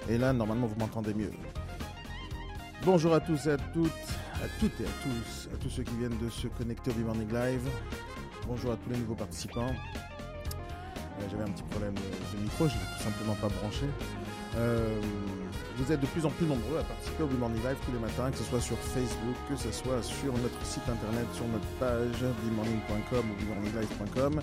Et là, normalement, vous m'entendez mieux. Bonjour à tous et à toutes, à toutes et à tous ceux qui viennent de se connecter au B-Morning Live. Bonjour à tous les nouveaux participants. J'avais un petit problème de micro, je ne l'ai tout simplement pas branché. Vous êtes de plus en plus nombreux à participer au B-Morning Live tous les matins, que ce soit sur Facebook, que ce soit sur notre site internet, sur notre page bmorning.com ou bmorninglive.com.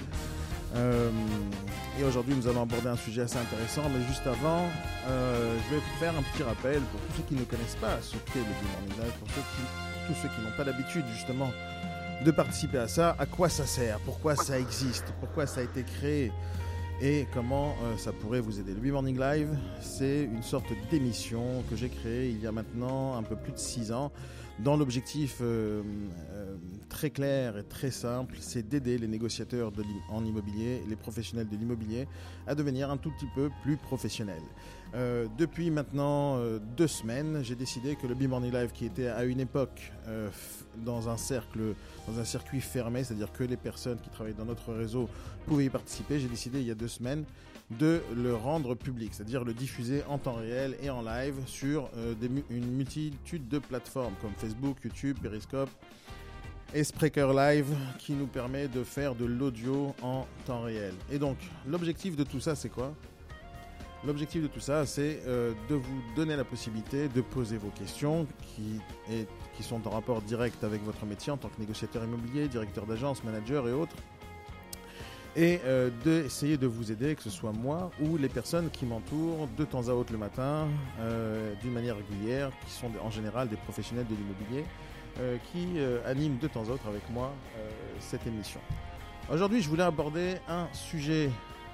Et aujourd'hui, nous allons aborder un sujet assez intéressant, mais juste avant, je vais faire un petit rappel pour tous ceux qui ne connaissent pas ce qu'est le B-Morning Live, pour tous ceux qui n'ont pas l'habitude justement de participer à ça, à quoi ça sert, pourquoi ça existe, pourquoi ça a été créé et comment ça pourrait vous aider. Le B-Morning Live, c'est une sorte d'émission que j'ai créée il y a maintenant un peu plus de 6 ans, dont l'objectif très clair et très simple, c'est d'aider les négociateurs en immobilier, les professionnels de l'immobilier, à devenir un tout petit peu plus professionnels. Depuis maintenant 2 semaines, j'ai décidé que le B-Morning Live, qui était à une époque dans un circuit fermé, c'est-à-dire que les personnes qui travaillent dans notre réseau pouvaient y participer, j'ai décidé il y a 2 semaines de le rendre public, c'est-à-dire le diffuser en temps réel et en live sur une multitude de plateformes comme Facebook, YouTube, Periscope et Spreaker Live, qui nous permet de faire de l'audio en temps réel. Et donc, l'objectif de tout ça, c'est quoi ? L'objectif de tout ça, c'est de vous donner la possibilité de poser vos questions qui sont en rapport direct avec votre métier en tant que négociateur immobilier, directeur d'agence, manager et autres, et d'essayer de vous aider, que ce soit moi ou les personnes qui m'entourent de temps à autre le matin, d'une manière régulière, qui sont en général des professionnels de l'immobilier, qui animent de temps à autre avec moi cette émission. Aujourd'hui, je voulais aborder un sujet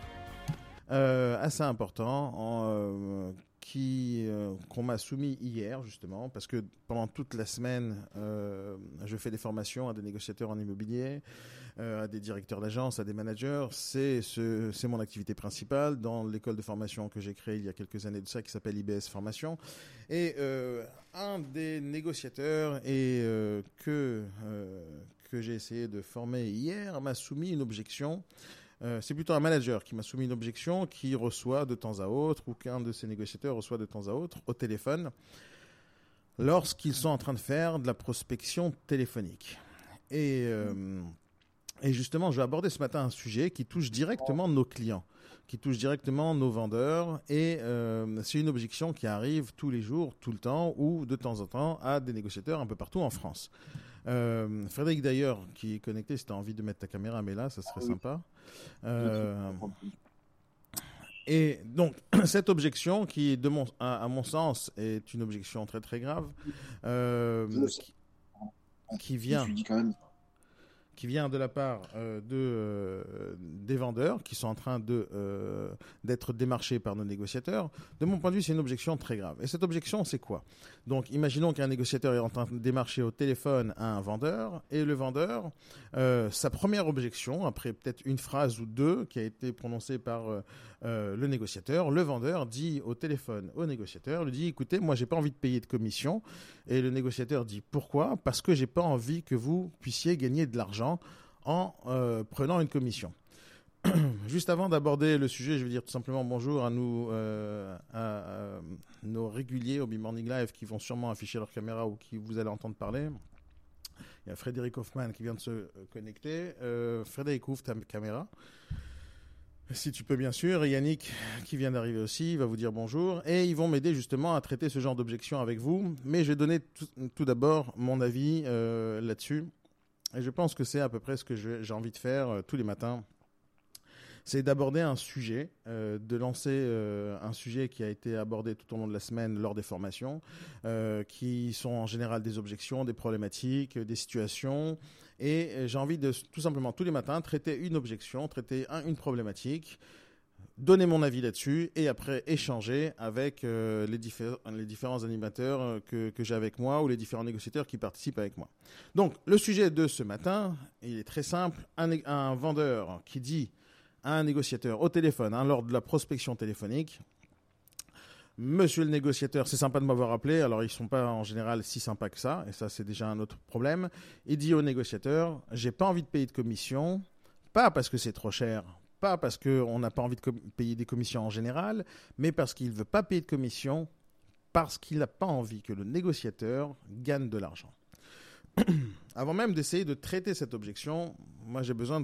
assez important qu'on m'a soumis hier justement, parce que pendant toute la semaine je fais des formations à des négociateurs en immobilier, à des directeurs d'agence, à des managers. C'est mon activité principale dans l'école de formation que j'ai créée il y a quelques années de ça, qui s'appelle IBS Formation. Et un des négociateurs que j'ai essayé de former hier m'a soumis une objection. C'est plutôt un manager qui m'a soumis une objection qui reçoit de temps à autre, ou qu'un de ses négociateurs reçoit de temps à autre au téléphone, lorsqu'ils sont en train de faire de la prospection téléphonique. Et justement, je vais aborder ce matin un sujet qui touche directement nos clients, qui touche directement nos vendeurs, et c'est une objection qui arrive tous les jours, tout le temps, ou de temps en temps, à des négociateurs un peu partout en France. Frédéric d'ailleurs, qui est connecté, si tu as envie de mettre ta caméra, mais là, ça serait sympa. Et donc, cette objection, qui, à mon sens, est une objection très très grave, qui vient de la part des vendeurs qui sont en train d'être démarchés par nos négociateurs. De mon point de vue, c'est une objection très grave. Et cette objection, c'est quoi ? Donc, imaginons qu'un négociateur est en train de démarcher au téléphone à un vendeur, et le vendeur, sa première objection, après peut-être une phrase ou deux qui a été prononcée par le négociateur, le vendeur dit au téléphone au négociateur, lui dit « Écoutez, moi, j'ai pas envie de payer de commission. » Et le négociateur dit « Pourquoi ? Parce que j'ai pas envie que vous puissiez gagner de l'argent en prenant une commission. » Juste avant d'aborder le sujet, je vais dire tout simplement bonjour à nos réguliers au B-Morning Live qui vont sûrement afficher leur caméra ou qui vous allez entendre parler. Il y a Frédéric Hoffman qui vient de se connecter. Frédéric, ouvre ta caméra. Si tu peux, bien sûr. Et Yannick, qui vient d'arriver aussi, va vous dire bonjour. Et ils vont m'aider justement à traiter ce genre d'objection avec vous. Mais je vais donner tout d'abord mon avis là-dessus. Et je pense que c'est à peu près ce que j'ai envie de faire tous les matins. C'est d'aborder un sujet, de lancer un sujet qui a été abordé tout au long de la semaine lors des formations, qui sont en général des objections, des problématiques, des situations. Et j'ai envie de tout simplement tous les matins traiter une objection, traiter une problématique, donner mon avis là-dessus et après échanger avec les différents animateurs que j'ai avec moi ou les différents négociateurs qui participent avec moi. Donc, le sujet de ce matin, il est très simple. Un vendeur qui dit à un négociateur au téléphone, lors de la prospection téléphonique, « Monsieur le négociateur, c'est sympa de m'avoir appelé. » Alors, ils ne sont pas en général si sympas que ça, et ça, c'est déjà un autre problème. Il dit au négociateur, « J'ai pas envie de payer de commission, pas parce que c'est trop cher, pas parce qu'on n'a pas envie de payer des commissions en général, mais parce qu'il ne veut pas payer de commissions, parce qu'il n'a pas envie que le négociateur gagne de l'argent. Avant même d'essayer de traiter cette objection, moi j'ai besoin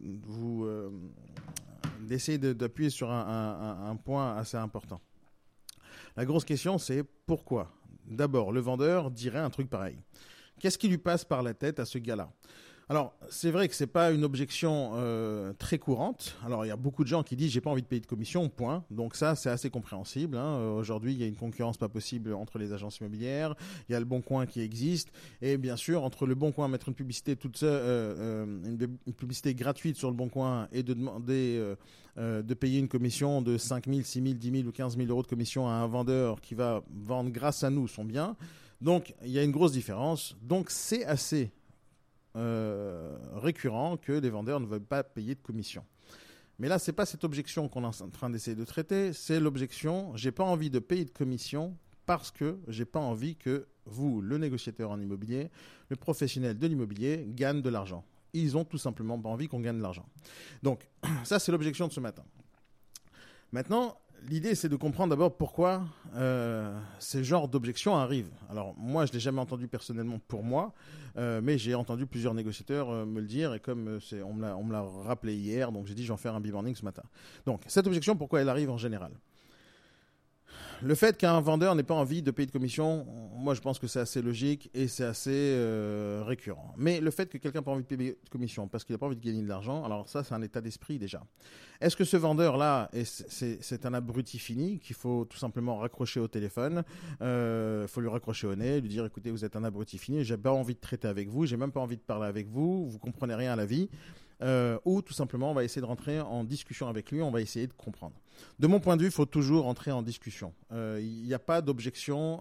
d'essayer d'appuyer sur un point assez important. La grosse question, c'est pourquoi ? D'abord, le vendeur dirait un truc pareil. Qu'est-ce qui lui passe par la tête à ce gars-là ? Alors, c'est vrai que ce n'est pas une objection très courante. Alors, il y a beaucoup de gens qui disent « j'ai pas envie de payer de commission, point ». Donc ça, c'est assez compréhensible. Aujourd'hui, il y a une concurrence pas possible entre les agences immobilières. Il y a le Bon Coin qui existe. Et bien sûr, entre le Bon Coin, mettre une publicité une publicité gratuite sur le Bon Coin et de demander de payer une commission de 5 000, 6 000, 10 000 ou 15 000 euros de commission à un vendeur qui va vendre grâce à nous son bien. Donc, il y a une grosse différence. Donc, c'est assez récurrent que les vendeurs ne veulent pas payer de commission. Mais là, ce n'est pas cette objection qu'on est en train d'essayer de traiter, c'est l'objection « j'ai pas envie de payer de commission parce que j'ai pas envie que vous, le négociateur en immobilier, le professionnel de l'immobilier, gagne de l'argent ». Ils ont tout simplement pas envie qu'on gagne de l'argent. Donc, ça, c'est l'objection de ce matin. Maintenant, l'idée, c'est de comprendre d'abord pourquoi ces genres d'objections arrivent. Alors, moi, je ne l'ai jamais entendu personnellement pour moi, mais j'ai entendu plusieurs négociateurs me le dire, et comme on me l'a rappelé hier, donc j'ai dit, je vais en faire un B-Morning ce matin. Donc, cette objection, pourquoi elle arrive en général ? Le fait qu'un vendeur n'ait pas envie de payer de commission, moi je pense que c'est assez logique et c'est assez récurrent. Mais le fait que quelqu'un n'a pas envie de payer de commission parce qu'il n'a pas envie de gagner de l'argent, alors ça c'est un état d'esprit déjà. Est-ce que ce vendeur-là, c'est un abruti fini qu'il faut tout simplement raccrocher au téléphone, faut lui raccrocher au nez, lui dire écoutez vous êtes un abruti fini, j'ai pas envie de traiter avec vous, j'ai même pas envie de parler avec vous, vous comprenez rien à la vie. Ou tout simplement on va essayer de rentrer en discussion avec lui, on va essayer de comprendre. De mon point de vue, il faut toujours entrer en discussion. Il n'y a pas d'objection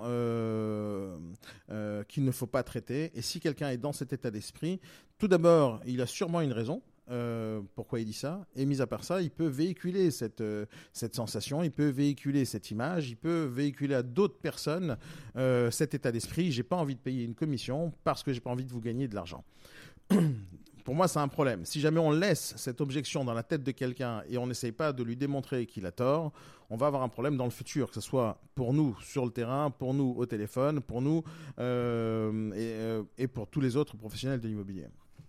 qu'il ne faut pas traiter. Et si quelqu'un est dans cet état d'esprit, tout d'abord, il a sûrement une raison. Pourquoi il dit ça ? Et mis à part ça, il peut véhiculer cette sensation, il peut véhiculer cette image, il peut véhiculer à d'autres personnes cet état d'esprit. J'ai pas envie de payer une commission parce que j'ai pas envie de vous gagner de l'argent. Pour moi, c'est un problème. Si jamais on laisse cette objection dans la tête de quelqu'un et on n'essaye pas de lui démontrer qu'il a tort, on va avoir un problème dans le futur, que ce soit pour nous sur le terrain, pour nous au téléphone, pour nous et pour tous les autres professionnels de l'immobilier.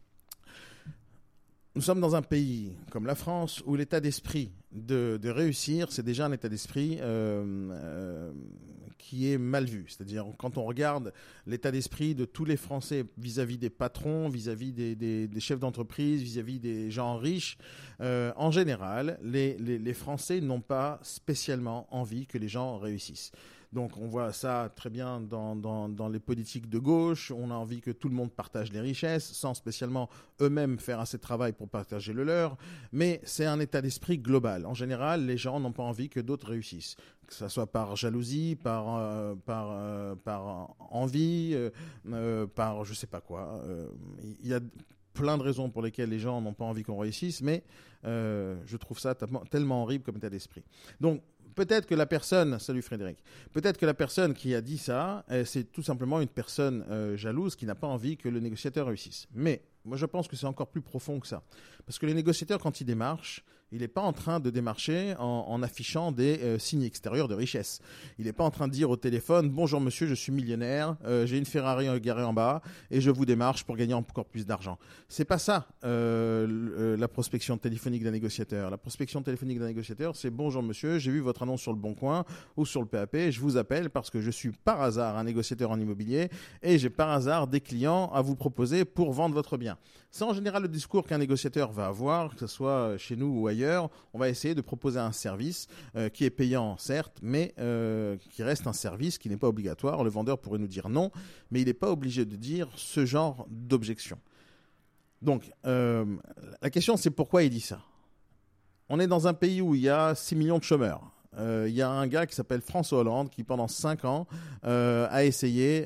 Nous sommes dans un pays comme la France où l'état d'esprit de réussir, c'est déjà un état d'esprit qui est mal vu. C'est-à-dire quand on regarde l'état d'esprit de tous les Français vis-à-vis des patrons, vis-à-vis des chefs d'entreprise, vis-à-vis des gens riches, en général, les Français n'ont pas spécialement envie que les gens réussissent. Donc on voit ça très bien dans les politiques de gauche. On a envie que tout le monde partage les richesses, sans spécialement eux-mêmes faire assez de travail pour partager le leur. Mais c'est un état d'esprit global. En général, les gens n'ont pas envie que d'autres réussissent. Que ça soit par jalousie, par envie, par je sais pas quoi. Il y a plein de raisons pour lesquelles les gens n'ont pas envie qu'on réussisse, mais je trouve ça tellement horrible comme état d'esprit. Donc, peut-être que la personne, salut Frédéric, peut-être que la personne qui a dit ça, c'est tout simplement une personne jalouse qui n'a pas envie que le négociateur réussisse. Mais moi, je pense que c'est encore plus profond que ça. Parce que les négociateurs, quand ils démarchent, il n'est pas en train de démarcher en affichant des signes extérieurs de richesse. Il n'est pas en train de dire au téléphone « Bonjour monsieur, je suis millionnaire, j'ai une Ferrari garée en bas et je vous démarche pour gagner encore plus d'argent. » C'est pas ça la prospection téléphonique d'un négociateur. La prospection téléphonique d'un négociateur, c'est « Bonjour monsieur, j'ai vu votre annonce sur le Bon Coin ou sur le PAP, je vous appelle parce que je suis par hasard un négociateur en immobilier et j'ai par hasard des clients à vous proposer pour vendre votre bien. » C'est en général le discours qu'un négociateur va avoir, que ce soit chez nous ou ailleurs. On va essayer de proposer un service qui est payant, certes, mais qui reste un service qui n'est pas obligatoire. Le vendeur pourrait nous dire non, mais il n'est pas obligé de dire ce genre d'objection. Donc, la question, c'est pourquoi il dit ça. On est dans un pays où il y a 6 millions de chômeurs. Il y a un gars qui s'appelle François Hollande qui pendant 5 ans a essayé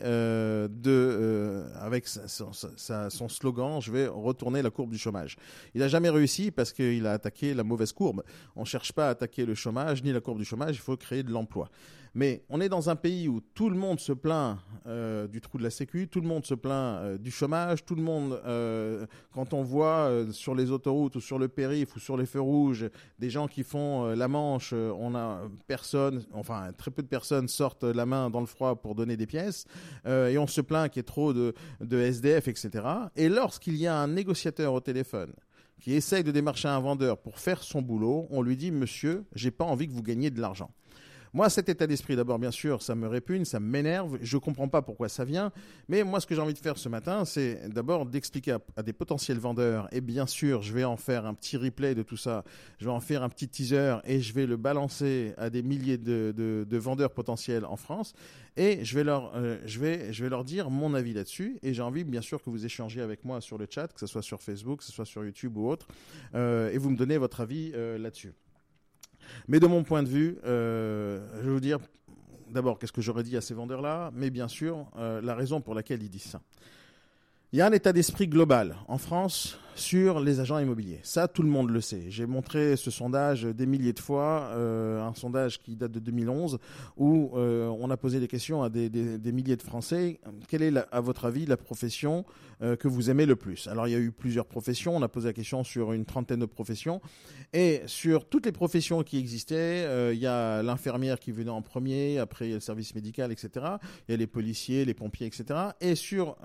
avec son slogan « Je vais retourner la courbe du chômage ». Il n'a jamais réussi parce qu'il a attaqué la mauvaise courbe. On ne cherche pas à attaquer le chômage ni la courbe du chômage, il faut créer de l'emploi. Mais on est dans un pays où tout le monde se plaint du trou de la Sécu, tout le monde se plaint du chômage, tout le monde, quand on voit sur les autoroutes ou sur le périph' ou sur les feux rouges des gens qui font la manche, on a très peu de personnes sortent la main dans le froid pour donner des pièces, et on se plaint qu'il y ait trop de SDF, etc. Et lorsqu'il y a un négociateur au téléphone qui essaye de démarcher un vendeur pour faire son boulot, on lui dit « Monsieur, j'ai pas envie que vous gagniez de l'argent ». Moi, cet état d'esprit, d'abord, bien sûr, ça me répugne, ça m'énerve. Je ne comprends pas pourquoi ça vient. Mais moi, ce que j'ai envie de faire ce matin, c'est d'abord d'expliquer à des potentiels vendeurs. Et bien sûr, je vais en faire un petit replay de tout ça. Je vais en faire un petit teaser et je vais le balancer à des milliers de vendeurs potentiels en France. Et je vais leur dire mon avis là-dessus. Et j'ai envie, bien sûr, que vous échangiez avec moi sur le chat, que ce soit sur Facebook, que ce soit sur YouTube ou autre. Et vous me donnez votre avis là-dessus. Mais de mon point de vue, je vais vous dire d'abord qu'est-ce que j'aurais dit à ces vendeurs-là, mais bien sûr, la raison pour laquelle ils disent ça. Il y a un état d'esprit global en France sur les agents immobiliers. Ça, tout le monde le sait. J'ai montré ce sondage des milliers de fois, un sondage qui date de 2011, où on a posé des questions à des milliers de Français. Quelle est, à votre avis, la profession que vous aimez le plus ? Alors, il y a eu plusieurs professions. On a posé la question sur une trentaine de professions. Et sur toutes les professions qui existaient, il y a l'infirmière qui venait en premier, après il y a le service médical, etc. Il y a les policiers, les pompiers, etc. Et sur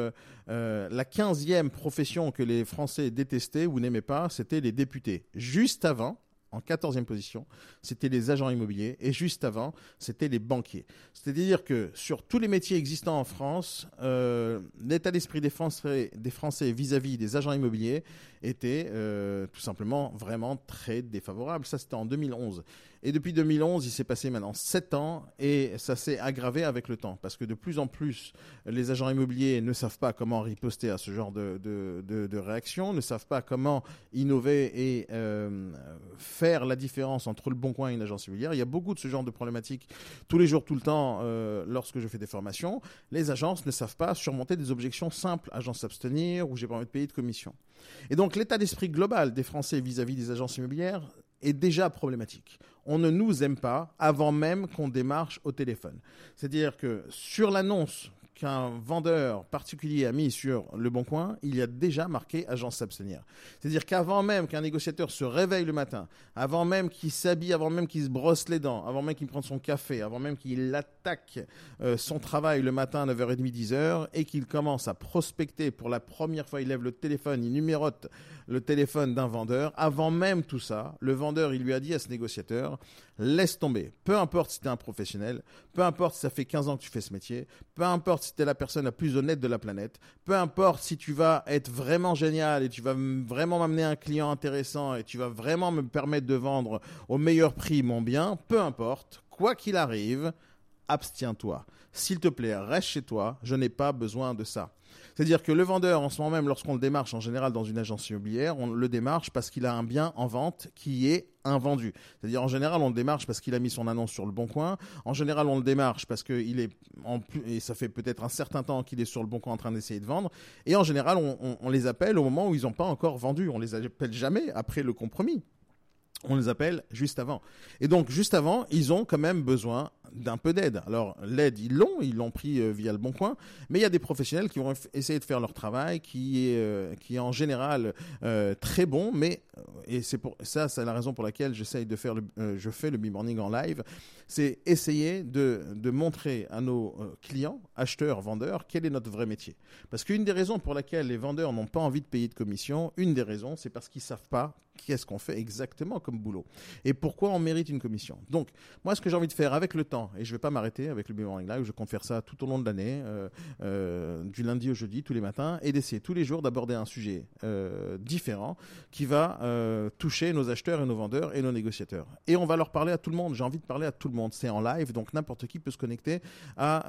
la 15e profession que les Français détestaient ou n'aimaient pas, c'était les députés. Juste avant, en 14e position, c'était les agents immobiliers et juste avant, c'était les banquiers. C'est-à-dire que sur tous les métiers existants en France, l'état d'esprit des Français vis-à-vis des agents immobiliers était tout simplement vraiment très défavorable. Ça, c'était en 2011. Et depuis 2011, il s'est passé maintenant 7 ans et ça s'est aggravé avec le temps parce que de plus en plus, les agents immobiliers ne savent pas comment riposter à ce genre de réaction, ne savent pas comment innover et faire la différence entre le Bon Coin et une agence immobilière. Il y a beaucoup de ce genre de problématiques tous les jours, tout le temps, lorsque je fais des formations. Les agences ne savent pas surmonter des objections simples. Agence s'abstenir ou j'ai pas envie de payer de commission. Et donc, l'état d'esprit global des Français vis-à-vis des agences immobilières est déjà problématique. On ne nous aime pas avant même qu'on démarche au téléphone. C'est-à-dire que sur l'annonce qu'un vendeur particulier a mis sur Le Bon Coin, il y a déjà marqué agence s'abstenir. C'est-à-dire qu'avant même qu'un négociateur se réveille le matin, avant même qu'il s'habille, avant même qu'il se brosse les dents, avant même qu'il prenne son café, avant même qu'il attaque son travail le matin à 9h30, 10h et qu'il commence à prospecter pour la première fois, il lève le téléphone, il numérote le téléphone d'un vendeur. Avant même tout ça, le vendeur, il lui a dit à ce négociateur, laisse tomber. Peu importe si tu es un professionnel, peu importe si ça fait 15 ans que tu fais ce métier, peu importe si tu es la personne la plus honnête de la planète, peu importe si tu vas être vraiment génial et tu vas vraiment m'amener un client intéressant et tu vas vraiment me permettre de vendre au meilleur prix mon bien, peu importe, quoi qu'il arrive, abstiens-toi. S'il te plaît, reste chez toi, je n'ai pas besoin de ça. C'est-à-dire que le vendeur, en ce moment même, lorsqu'on le démarche en général dans une agence immobilière, on le démarche parce qu'il a un bien en vente qui est invendu. C'est-à-dire en général, on le démarche parce qu'il a mis son annonce sur Le Bon Coin. En général, on le démarche parce qu'il est et ça fait peut-être un certain temps qu'il est sur Le Bon Coin en train d'essayer de vendre. Et en général, on les appelle au moment où ils n'ont pas encore vendu. On les appelle jamais après le compromis. On les appelle juste avant. Et donc, juste avant, ils ont quand même besoin d'un peu d'aide. Alors, l'aide, ils l'ont pris via Le Bon Coin, mais il y a des professionnels qui vont essayer de faire leur travail, qui est en général très bon, mais, et c'est la raison pour laquelle je fais le B-Morning en live, c'est essayer de montrer à nos clients, acheteurs, vendeurs, quel est notre vrai métier. Parce qu'une des raisons pour laquelle les vendeurs n'ont pas envie de payer de commission, une des raisons, c'est parce qu'ils ne savent pas qu'est-ce qu'on fait exactement comme boulot et pourquoi on mérite une commission. Donc, moi, ce que j'ai envie de faire avec le temps, et je ne vais pas m'arrêter avec le B-Morning Live, je compte faire ça tout au long de l'année, du lundi au jeudi, tous les matins, et d'essayer tous les jours d'aborder un sujet différent qui va toucher nos acheteurs et nos vendeurs et nos négociateurs. Et on va leur parler à tout le monde. J'ai envie de parler à tout le monde. C'est en live, donc n'importe qui peut se connecter à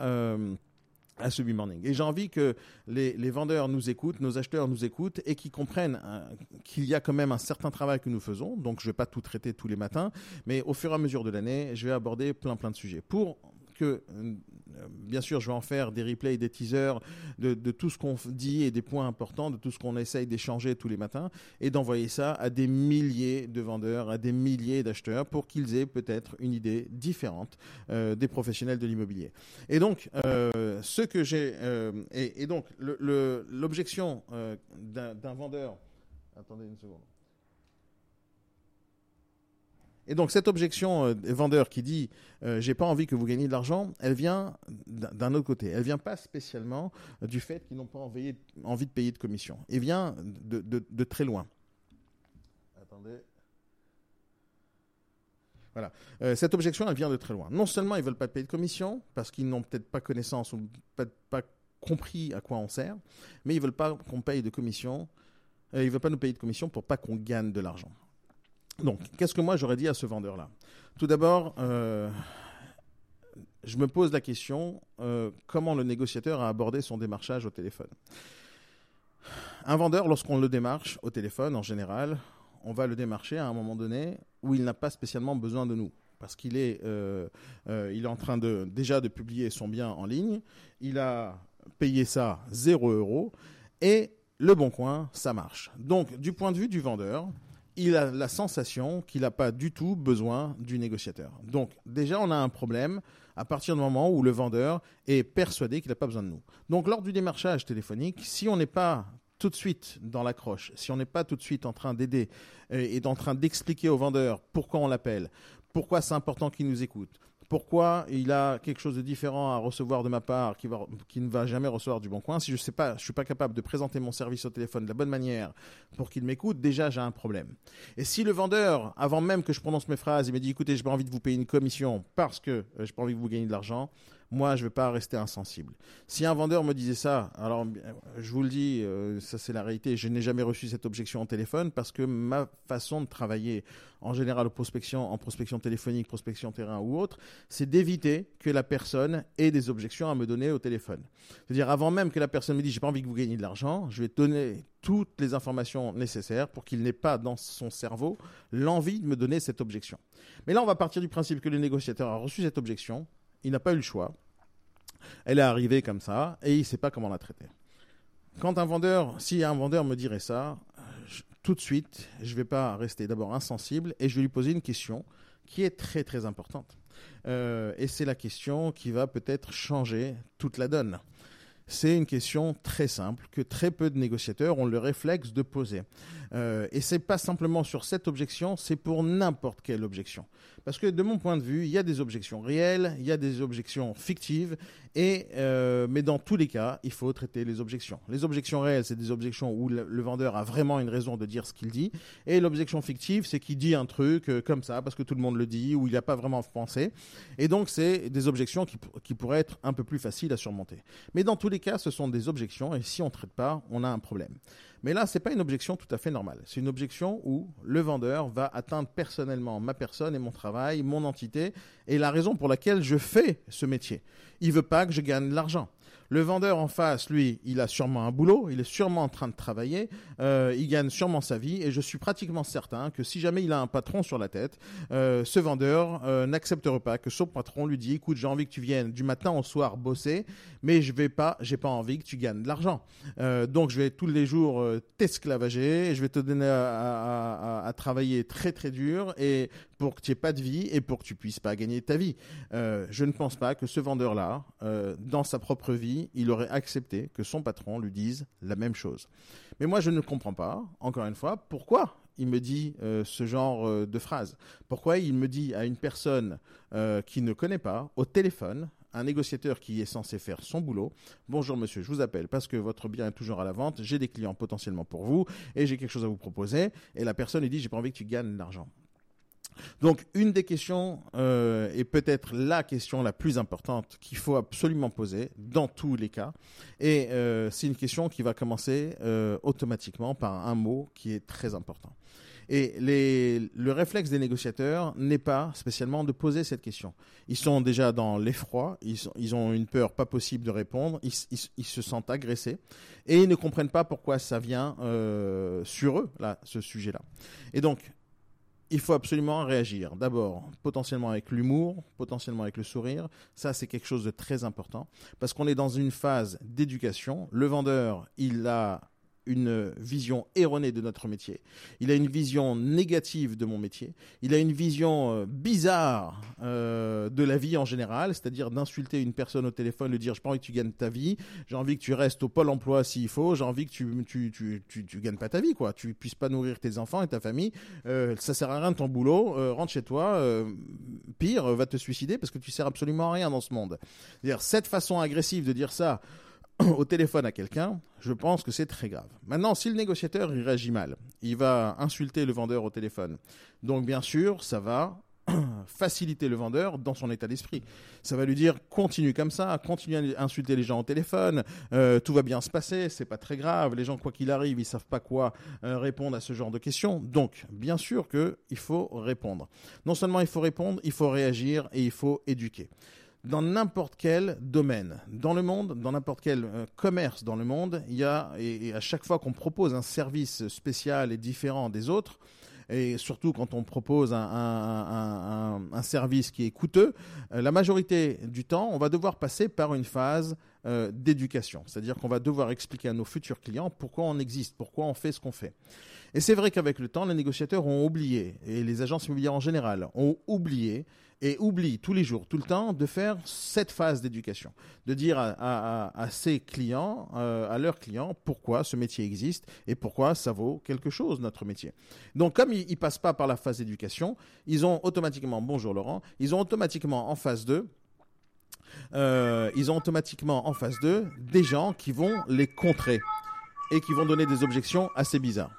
ce B-Morning. Et j'ai envie que les vendeurs nous écoutent, nos acheteurs nous écoutent et qu'ils comprennent qu'il y a quand même un certain travail que nous faisons. Donc, je ne vais pas tout traiter tous les matins, mais au fur et à mesure de l'année, je vais aborder plein de sujets pour que bien sûr, je vais en faire des replays, des teasers de tout ce qu'on dit et des points importants, de tout ce qu'on essaye d'échanger tous les matins et d'envoyer ça à des milliers de vendeurs, à des milliers d'acheteurs pour qu'ils aient peut-être une idée différente des professionnels de l'immobilier. Et donc, ce que j'ai... et donc, l'objection d'un vendeur... Attendez une seconde. Et donc cette objection vendeur qui dit j'ai pas envie que vous gagniez de l'argent, elle vient d'un autre côté. Elle vient pas spécialement du fait qu'ils n'ont pas envie de payer de commission. Elle vient de très loin. Attendez. Voilà. Cette objection, elle vient de très loin. Non seulement ils veulent pas payer de commission parce qu'ils n'ont peut-être pas connaissance ou pas compris à quoi on sert, mais ils veulent pas qu'on paye de commission. Ils veulent pas nous payer de commission pour pas qu'on gagne de l'argent. Donc, qu'est-ce que moi j'aurais dit à ce vendeur-là ? Tout d'abord, je me pose la question, comment le négociateur a abordé son démarchage au téléphone ? Un vendeur, lorsqu'on le démarche au téléphone, en général, on va le démarcher à un moment donné où il n'a pas spécialement besoin de nous. Parce qu'il est, il est en train déjà de publier son bien en ligne, il a payé ça 0 € et Le Bon Coin, ça marche. Donc, du point de vue du vendeur, il a la sensation qu'il n'a pas du tout besoin du négociateur. Donc, déjà, on a un problème à partir du moment où le vendeur est persuadé qu'il n'a pas besoin de nous. Donc, lors du démarchage téléphonique, si on n'est pas tout de suite dans l'accroche, si on n'est pas tout de suite en train d'aider et en train d'expliquer au vendeur pourquoi on l'appelle, pourquoi c'est important qu'il nous écoute, pourquoi il a quelque chose de différent à recevoir de ma part qui ne va jamais recevoir du Bon Coin. Si je ne suis pas capable de présenter mon service au téléphone de la bonne manière pour qu'il m'écoute, déjà j'ai un problème. Et si le vendeur, avant même que je prononce mes phrases, il me dit écoutez, j'ai pas envie de vous payer une commission parce que j'ai pas envie que vous gagniez de l'argent, moi je ne vais pas rester insensible. Si un vendeur me disait ça, alors je vous le dis, ça c'est la réalité, je n'ai jamais reçu cette objection au téléphone parce que ma façon de travailler en général en prospection téléphonique, prospection terrain ou autre, c'est d'éviter que la personne ait des objections à me donner au téléphone. C'est-à-dire, avant même que la personne me dise « j'ai pas envie que vous gagniez de l'argent », je vais donner toutes les informations nécessaires pour qu'il n'ait pas dans son cerveau l'envie de me donner cette objection. Mais là, on va partir du principe que le négociateur a reçu cette objection, il n'a pas eu le choix, elle est arrivée comme ça, et il ne sait pas comment la traiter. Si un vendeur me dirait ça, tout de suite, je ne vais pas rester d'abord insensible et je vais lui poser une question qui est très très importante. Et c'est la question qui va peut-être changer toute la donne. C'est une question très simple que très peu de négociateurs ont le réflexe de poser. Et ce n'est pas simplement sur cette objection, c'est pour n'importe quelle objection. Parce que de mon point de vue, il y a des objections réelles, il y a des objections fictives, mais dans tous les cas, il faut traiter les objections. Les objections réelles, c'est des objections où le vendeur a vraiment une raison de dire ce qu'il dit. Et l'objection fictive, c'est qu'il dit un truc comme ça, parce que tout le monde le dit, ou il n'a pas vraiment pensé. Et donc, c'est des objections qui pourraient être un peu plus faciles à surmonter. Mais dans tous les cas, ce sont des objections, et si on ne traite pas, on a un problème. Mais là, ce n'est pas une objection tout à fait normale. C'est une objection où le vendeur va atteindre personnellement ma personne et mon travail, mon entité, et la raison pour laquelle je fais ce métier. Il ne veut pas que je gagne de l'argent. Le vendeur en face, lui, il a sûrement un boulot, il est sûrement en train de travailler, il gagne sûrement sa vie, et je suis pratiquement certain que si jamais il a un patron sur la tête, ce vendeur n'acceptera pas que son patron lui dise « Écoute, j'ai envie que tu viennes du matin au soir bosser, mais j'ai pas envie que tu gagnes de l'argent. Donc je vais tous les jours t'esclavager, et je vais te donner à travailler très très dur, et pour que tu n'aies pas de vie, et pour que tu puisses pas gagner ta vie. Je ne pense pas que ce vendeur-là, dans sa propre vie, il aurait accepté que son patron lui dise la même chose. Mais moi, je ne comprends pas, encore une fois, pourquoi il me dit ce genre de phrase. Pourquoi il me dit à une personne qui ne connaît pas, au téléphone, un négociateur qui est censé faire son boulot, « Bonjour monsieur, je vous appelle parce que votre bien est toujours à la vente, j'ai des clients potentiellement pour vous et j'ai quelque chose à vous proposer. » Et la personne lui dit « J'ai pas envie que tu gagnes de l'argent. » Donc, une des questions, et peut-être la question la plus importante qu'il faut absolument poser dans tous les cas, et c'est une question qui va commencer automatiquement par un mot qui est très important. Et le réflexe des négociateurs n'est pas spécialement de poser cette question. Ils sont déjà dans l'effroi, ils ont une peur pas possible de répondre, ils se sentent agressés, et ils ne comprennent pas pourquoi ça vient sur eux, là, ce sujet-là. Et donc, il faut absolument réagir. D'abord, potentiellement avec l'humour, potentiellement avec le sourire. Ça, c'est quelque chose de très important parce qu'on est dans une phase d'éducation. Le vendeur, il a une vision erronée de notre métier. Il a une vision négative de mon métier. Il a une vision bizarre de la vie en général, c'est-à-dire d'insulter une personne au téléphone, lui dire « j'ai pas envie que tu gagnes ta vie, j'ai envie que tu restes au pôle emploi s'il faut, j'ai envie que tu gagnes pas ta vie, quoi. Tu puisses pas nourrir tes enfants et ta famille. Ça sert à rien de ton boulot. Rentre chez toi. Pire, va te suicider parce que tu sers absolument à rien dans ce monde. » C'est-à-dire cette façon agressive de dire ça au téléphone à quelqu'un, je pense que c'est très grave. Maintenant, si le négociateur il réagit mal, il va insulter le vendeur au téléphone. Donc, bien sûr, ça va faciliter le vendeur dans son état d'esprit. Ça va lui dire continue comme ça, continue à insulter les gens au téléphone, tout va bien se passer, c'est pas très grave. Les gens, quoi qu'il arrive, ils savent pas quoi répondre à ce genre de questions. Donc, bien sûr qu'il faut répondre. Non seulement il faut répondre, il faut réagir et il faut éduquer. Dans n'importe quel domaine dans le monde, dans n'importe quel commerce dans le monde, il y a, et à chaque fois qu'on propose un service spécial et différent des autres, et surtout quand on propose un service qui est coûteux, la majorité du temps, on va devoir passer par une phase d'éducation. C'est-à-dire qu'on va devoir expliquer à nos futurs clients pourquoi on existe, pourquoi on fait ce qu'on fait. Et c'est vrai qu'avec le temps, les négociateurs ont oublié, et les agences immobilières en général ont oublié, et oublient tous les jours, tout le temps, de faire cette phase d'éducation, de dire à ses clients, à leurs clients, pourquoi ce métier existe et pourquoi ça vaut quelque chose, notre métier. Donc, comme ils ne passent pas par la phase d'éducation, ils ont automatiquement, bonjour Laurent, ils ont automatiquement en phase 2, des gens qui vont les contrer et qui vont donner des objections assez bizarres.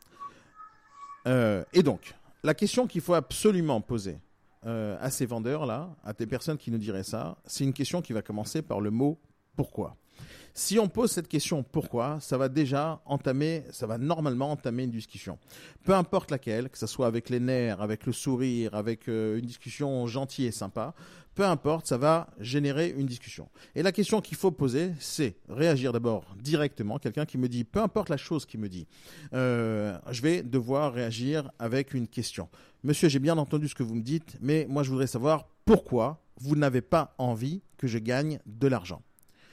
Et donc, la question qu'il faut absolument poser à ces vendeurs-là, à des personnes qui nous diraient ça, c'est une question qui va commencer par le mot « pourquoi ». Si on pose cette question « pourquoi ?», ça va normalement entamer une discussion. Peu importe laquelle, que ce soit avec les nerfs, avec le sourire, avec une discussion gentille et sympa, peu importe, ça va générer une discussion. Et la question qu'il faut poser, c'est réagir d'abord directement. Quelqu'un qui me dit, peu importe la chose qu'il me dit, je vais devoir réagir avec une question. Monsieur, j'ai bien entendu ce que vous me dites, mais moi je voudrais savoir pourquoi vous n'avez pas envie que je gagne de l'argent.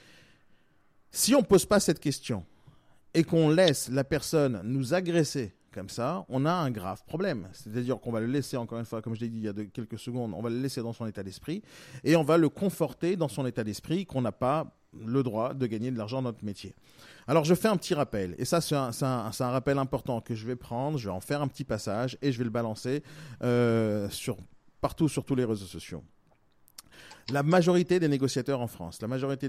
Si on ne pose pas cette question et qu'on laisse la personne nous agresser comme ça, on a un grave problème. C'est-à-dire qu'on va le laisser, encore une fois, comme je l'ai dit il y a quelques secondes, on va le laisser dans son état d'esprit et on va le conforter dans son état d'esprit qu'on n'a pas le droit de gagner de l'argent dans notre métier. Alors, je fais un petit rappel. Et ça, c'est un rappel important que je vais prendre. Je vais en faire un petit passage et je vais le balancer partout sur tous les réseaux sociaux. La majorité des négociateurs en France,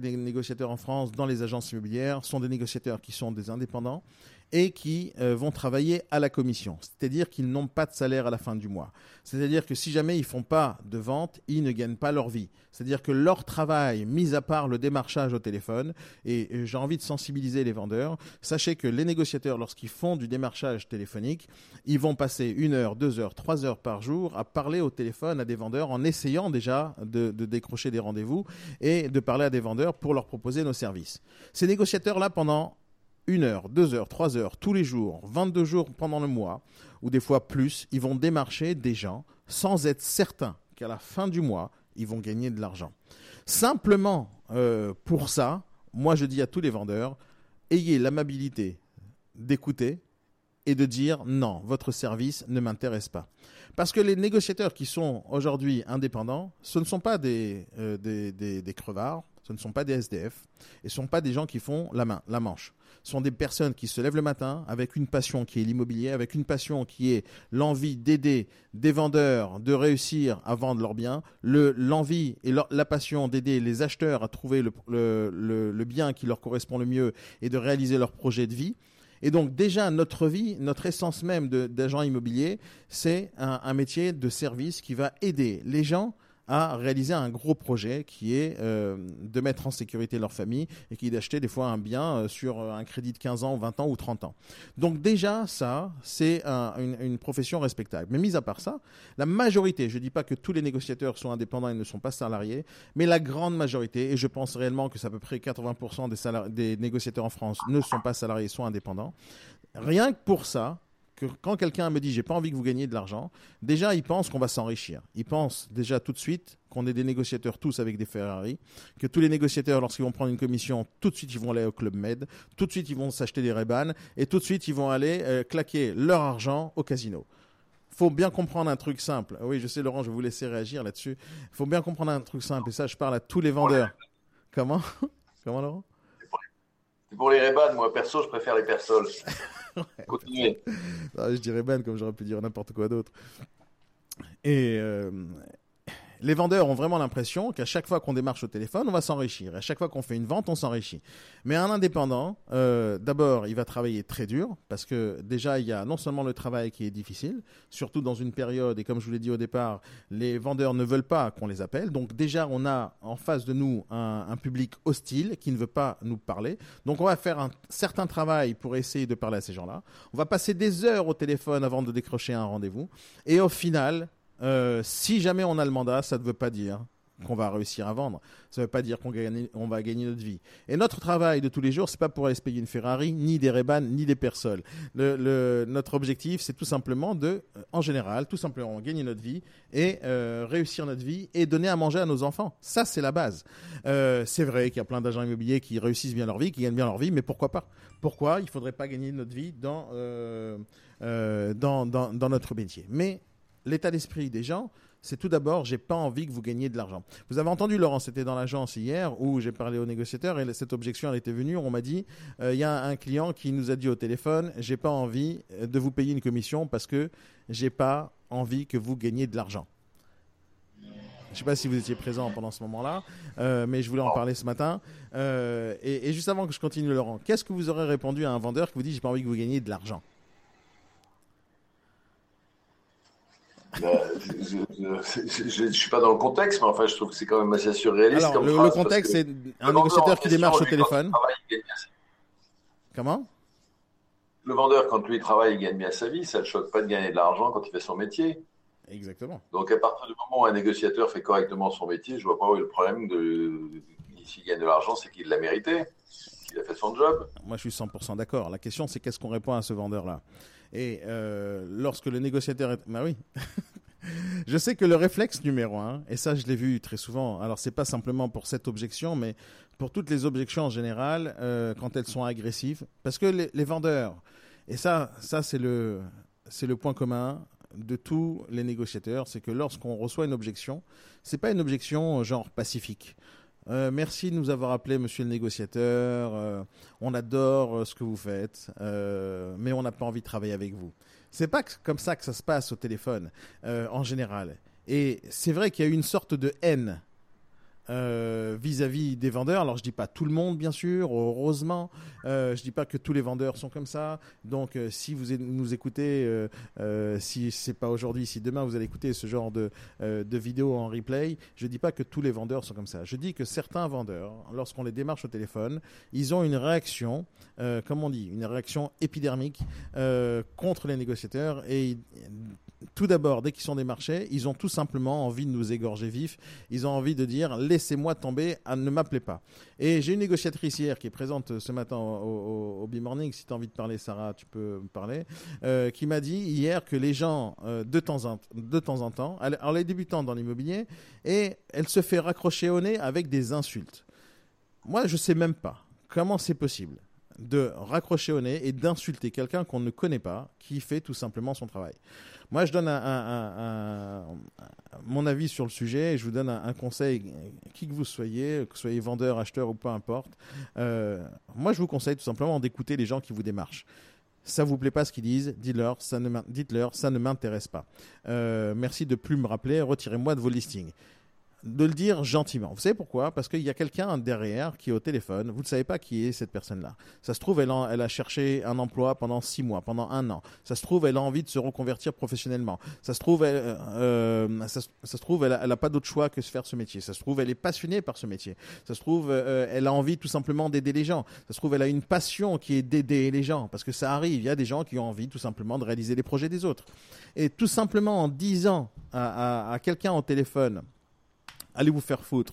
dans les agences immobilières sont des négociateurs qui sont des indépendants et qui vont travailler à la commission. C'est-à-dire qu'ils n'ont pas de salaire à la fin du mois. C'est-à-dire que si jamais ils ne font pas de vente, ils ne gagnent pas leur vie. C'est-à-dire que leur travail, mis à part le démarchage au téléphone, et j'ai envie de sensibiliser les vendeurs, sachez que les négociateurs, lorsqu'ils font du démarchage téléphonique, ils vont passer 1 heure, 2 heures, 3 heures par jour à parler au téléphone à des vendeurs en essayant déjà de décrocher des rendez-vous et de parler à des vendeurs pour leur proposer nos services. Ces négociateurs-là, pendant 1 heure, 2 heures, 3 heures, tous les jours, 22 jours pendant le mois, ou des fois plus, ils vont démarcher des gens sans être certains qu'à la fin du mois, ils vont gagner de l'argent. Simplement pour ça, moi je dis à tous les vendeurs, ayez l'amabilité d'écouter et de dire non, votre service ne m'intéresse pas. Parce que les négociateurs qui sont aujourd'hui indépendants, ce ne sont pas des crevards, ce ne sont pas des SDF, et ce ne sont pas des gens qui font la manche. Ce sont des personnes qui se lèvent le matin avec une passion qui est l'immobilier, avec une passion qui est l'envie d'aider des vendeurs de réussir à vendre leurs biens, l'envie et la passion d'aider les acheteurs à trouver le bien qui leur correspond le mieux et de réaliser leur projet de vie. Et donc déjà, notre vie, notre essence même d'agent immobilier, c'est un métier de service qui va aider les gens à réaliser un gros projet qui est de mettre en sécurité leur famille et qui est d'acheter des fois un bien sur un crédit de 15 ans, 20 ans ou 30 ans. Donc déjà, ça, c'est une profession respectable. Mais mis à part ça, la majorité, je ne dis pas que tous les négociateurs sont indépendants et ne sont pas salariés, mais la grande majorité, et je pense réellement que c'est à peu près 80% des négociateurs en France ne sont pas salariés, sont indépendants. Rien que pour ça, que quand quelqu'un me dit j'ai pas envie que vous gagniez de l'argent, déjà il pense qu'on va s'enrichir. Il pense déjà tout de suite qu'on est des négociateurs tous avec des Ferrari, que tous les négociateurs lorsqu'ils vont prendre une commission, tout de suite ils vont aller au Club Med, tout de suite ils vont s'acheter des Ray-Ban et tout de suite ils vont aller claquer leur argent au casino. Faut bien comprendre un truc simple. Oui, je sais Laurent, je vais vous laisser réagir là-dessus. Il faut bien comprendre un truc simple et ça je parle à tous les vendeurs. Comment Laurent? Pour les Ray-Ban, moi perso, je préfère les Persol. Continuez. Non, je dirais Ben comme j'aurais pu dire n'importe quoi d'autre. Et les vendeurs ont vraiment l'impression qu'à chaque fois qu'on démarche au téléphone, on va s'enrichir. À chaque fois qu'on fait une vente, on s'enrichit. Mais un indépendant, d'abord, il va travailler très dur parce que déjà, il y a non seulement le travail qui est difficile, surtout dans une période, et comme je vous l'ai dit au départ, les vendeurs ne veulent pas qu'on les appelle. Donc déjà, on a en face de nous un public hostile qui ne veut pas nous parler. Donc on va faire un certain travail pour essayer de parler à ces gens-là. On va passer des heures au téléphone avant de décrocher un rendez-vous. Et au final, si jamais on a le mandat, ça ne veut pas dire qu'on va réussir à vendre. Ça ne veut pas dire qu'on va gagner notre vie. Et notre travail de tous les jours, c'est pas pour aller se payer une Ferrari, ni des Ray-Ban, ni des Persol. Notre objectif, c'est tout simplement en général, tout simplement gagner notre vie et réussir notre vie et donner à manger à nos enfants. Ça, c'est la base. C'est vrai qu'il y a plein d'agents immobiliers qui réussissent bien leur vie, qui gagnent bien leur vie, mais pourquoi pas? Pourquoi il ne faudrait pas gagner notre vie dans notre métier? Mais l'état d'esprit des gens, c'est tout d'abord, j'ai pas envie que vous gagniez de l'argent. Vous avez entendu, Laurent, c'était dans l'agence hier où j'ai parlé aux négociateurs et cette objection, elle était venue. On m'a dit, il y a un client qui nous a dit au téléphone, j'ai pas envie de vous payer une commission parce que j'ai pas envie que vous gagniez de l'argent. Je ne sais pas si vous étiez présent pendant ce moment-là, mais je voulais en parler ce matin. Et juste avant que je continue, Laurent, qu'est-ce que vous aurez répondu à un vendeur qui vous dit, j'ai pas envie que vous gagniez de l'argent? Je ne suis pas dans le contexte, mais enfin, je trouve que c'est quand même assez surréaliste. Alors, le contexte, c'est un négociateur qui démarche au téléphone. Comment? Le vendeur, quand lui travaille, il gagne bien sa vie. Ça ne le choque pas de gagner de l'argent quand il fait son métier. Exactement. Donc, à partir du moment où un négociateur fait correctement son métier, je ne vois pas où est le problème s'il gagne de l'argent, c'est qu'il l'a mérité, qu'il a fait son job. Moi, je suis 100% d'accord. La question, c'est qu'est-ce qu'on répond à ce vendeur-là? Et lorsque le négociateur est... Bah oui. Je sais que le réflexe numéro 1, et ça je l'ai vu très souvent, alors c'est pas simplement pour cette objection, mais pour toutes les objections en général, quand elles sont agressives, parce que les vendeurs, et ça c'est le point commun de tous les négociateurs, c'est que lorsqu'on reçoit une objection, c'est pas une objection genre pacifique. Merci de nous avoir appelé, monsieur le négociateur. On adore ce que vous faites, mais on n'a pas envie de travailler avec vous. C'est pas comme ça que ça se passe au téléphone, en général. Et c'est vrai qu'il y a eu une sorte de haine vis-à-vis des vendeurs. Alors je dis pas tout le monde bien sûr, heureusement. Je dis pas que tous les vendeurs sont comme ça. Donc si vous nous écoutez, si c'est pas aujourd'hui, si demain vous allez écouter ce genre de vidéos en replay, je dis pas que tous les vendeurs sont comme ça. Je dis que certains vendeurs, lorsqu'on les démarche au téléphone, ils ont une réaction, comme on dit, une réaction épidermique contre les négociateurs et tout d'abord, dès qu'ils sont démarchés, ils ont tout simplement envie de nous égorger vifs. Ils ont envie de dire « laissez-moi tomber, ne m'appelez pas ». Et j'ai une négociatrice hier qui est présente ce matin au B-Morning. Si tu as envie de parler, Sarah, tu peux me parler. Qui m'a dit hier que les gens, de temps en temps, elle est débutante dans l'immobilier et elle se fait raccrocher au nez avec des insultes. Moi, je ne sais même pas comment c'est possible de raccrocher au nez et d'insulter quelqu'un qu'on ne connaît pas, qui fait tout simplement son travail. Moi, je donne mon avis sur le sujet et je vous donne un conseil, qui que vous soyez, que vous soyez vendeur, acheteur ou peu importe. Moi, je vous conseille tout simplement d'écouter les gens qui vous démarchent. Ça vous plaît pas ce qu'ils disent, dites-leur, ça ne m'intéresse pas. Merci de plus me rappeler, retirez-moi de vos listings. De le dire gentiment. Vous savez pourquoi? Parce qu'il y a quelqu'un derrière qui est au téléphone. Vous ne savez pas qui est cette personne-là. Ça se trouve, elle a cherché un emploi pendant 6 mois, pendant 1 an. Ça se trouve, elle a envie de se reconvertir professionnellement. Ça se trouve, elle a pas d'autre choix que de faire ce métier. Ça se trouve, elle est passionnée par ce métier. Ça se trouve, elle a envie tout simplement d'aider les gens. Ça se trouve, elle a une passion qui est d'aider les gens. Parce que ça arrive. Il y a des gens qui ont envie tout simplement de réaliser les projets des autres. Et tout simplement en disant à quelqu'un au téléphone, allez vous faire foutre,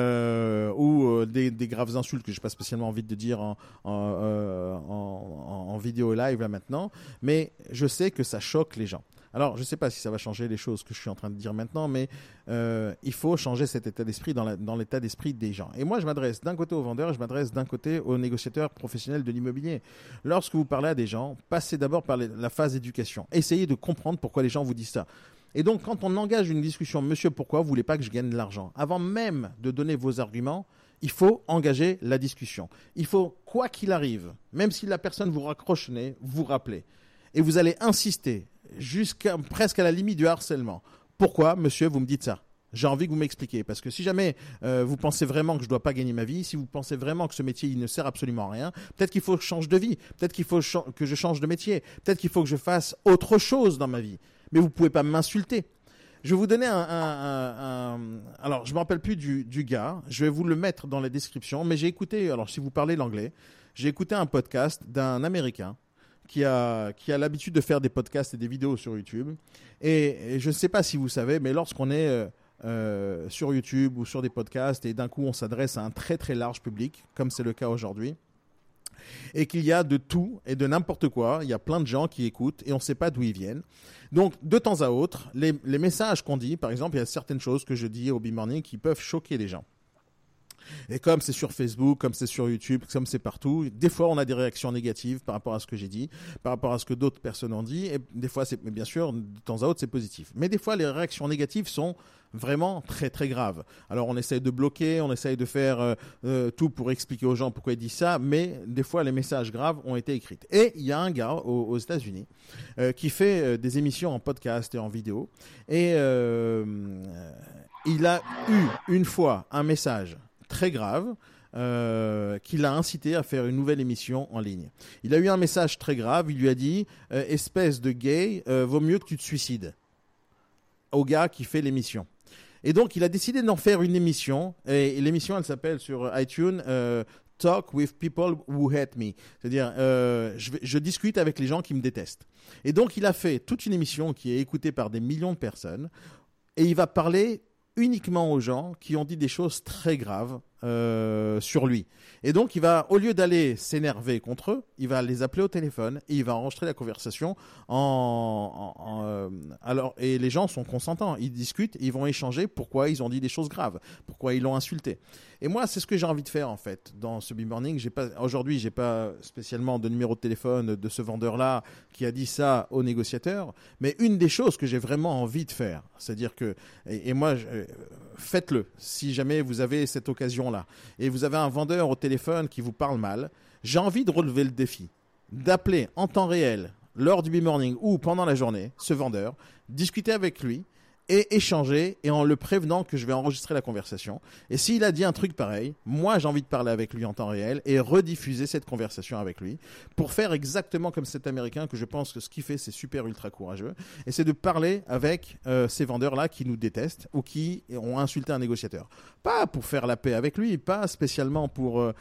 ou des graves insultes que je n'ai pas spécialement envie de dire en vidéo live là maintenant, mais je sais que ça choque les gens. Alors, je ne sais pas si ça va changer les choses que je suis en train de dire maintenant, mais il faut changer cet état d'esprit dans l'état d'esprit des gens. Et moi, je m'adresse d'un côté aux vendeurs, je m'adresse d'un côté aux négociateurs professionnels de l'immobilier. Lorsque vous parlez à des gens, passez d'abord par la phase d'éducation. Essayez de comprendre pourquoi les gens vous disent ça. Et donc, quand on engage une discussion, monsieur, pourquoi vous ne voulez pas que je gagne de l'argent? Avant même de donner vos arguments, il faut engager la discussion. Il faut, quoi qu'il arrive, même si la personne vous raccroche le nez, vous rappeler. Et vous allez insister presque à la limite du harcèlement. Pourquoi, monsieur, vous me dites ça? J'ai envie que vous m'expliquiez. Parce que si jamais vous pensez vraiment que je ne dois pas gagner ma vie, si vous pensez vraiment que ce métier il ne sert absolument à rien, peut-être qu'il faut que je change de vie, peut-être qu'il faut que je change de métier, peut-être qu'il faut que je fasse autre chose dans ma vie. Mais vous ne pouvez pas m'insulter. Je vais vous donner alors, je ne me rappelle plus du gars, je vais vous le mettre dans la description, mais j'ai écouté, alors si vous parlez l'anglais, j'ai écouté un podcast d'un Américain qui a l'habitude de faire des podcasts et des vidéos sur YouTube. Et je ne sais pas si vous savez, mais lorsqu'on est sur YouTube ou sur des podcasts et d'un coup on s'adresse à un très très large public, comme c'est le cas aujourd'hui, et qu'il y a de tout et de n'importe quoi, il y a plein de gens qui écoutent et on ne sait pas d'où ils viennent. Donc, de temps à autre, les messages qu'on dit, par exemple, il y a certaines choses que je dis au B-Morning qui peuvent choquer les gens. Et comme c'est sur Facebook, comme c'est sur YouTube, comme c'est partout, des fois on a des réactions négatives par rapport à ce que j'ai dit, par rapport à ce que d'autres personnes ont dit, et des fois, bien sûr, de temps à autre, c'est positif. Mais des fois, les réactions négatives sont vraiment très très graves. Alors on essaye de bloquer, on essaye de faire tout pour expliquer aux gens pourquoi ils disent ça, mais des fois les messages graves ont été écrits. Et il y a un gars aux États-Unis qui fait des émissions en podcast et en vidéo, et il a eu une fois un message très grave qui l'a incité à faire une nouvelle émission en ligne. Il a eu un message très grave, il lui a dit espèce de gay, vaut mieux que tu te suicides, au gars qui fait l'émission. Et donc il a décidé d'en faire une émission, et l'émission elle s'appelle sur iTunes Talk with People Who Hate Me, c'est-à-dire je discute avec les gens qui me détestent. Et donc il a fait toute une émission qui est écoutée par des millions de personnes, et il va parler uniquement aux gens qui ont dit des choses très graves sur lui. Et donc, il va, au lieu d'aller s'énerver contre eux, il va les appeler au téléphone et il va enregistrer la conversation alors, et les gens sont consentants. Ils discutent, ils vont échanger pourquoi ils ont dit des choses graves, pourquoi ils l'ont insulté. Et moi, c'est ce que j'ai envie de faire, en fait, dans ce B-Morning. Aujourd'hui, j'ai pas spécialement de numéro de téléphone de ce vendeur-là qui a dit ça aux négociateurs. Mais une des choses que j'ai vraiment envie de faire, c'est-à-dire que, et moi, faites-le. Si jamais vous avez cette occasion-là et vous avez un vendeur au téléphone qui vous parle mal, j'ai envie de relever le défi, d'appeler en temps réel, lors du B-Morning ou pendant la journée, ce vendeur, discuter avec lui et échanger, et en le prévenant que je vais enregistrer la conversation. Et s'il a dit un truc pareil, moi j'ai envie de parler avec lui en temps réel et rediffuser cette conversation avec lui pour faire exactement comme cet Américain, que je pense que ce qu'il fait c'est super ultra courageux, et c'est de parler avec ces vendeurs-là qui nous détestent ou qui ont insulté un négociateur. Pas pour faire la paix avec lui, pas spécialement pour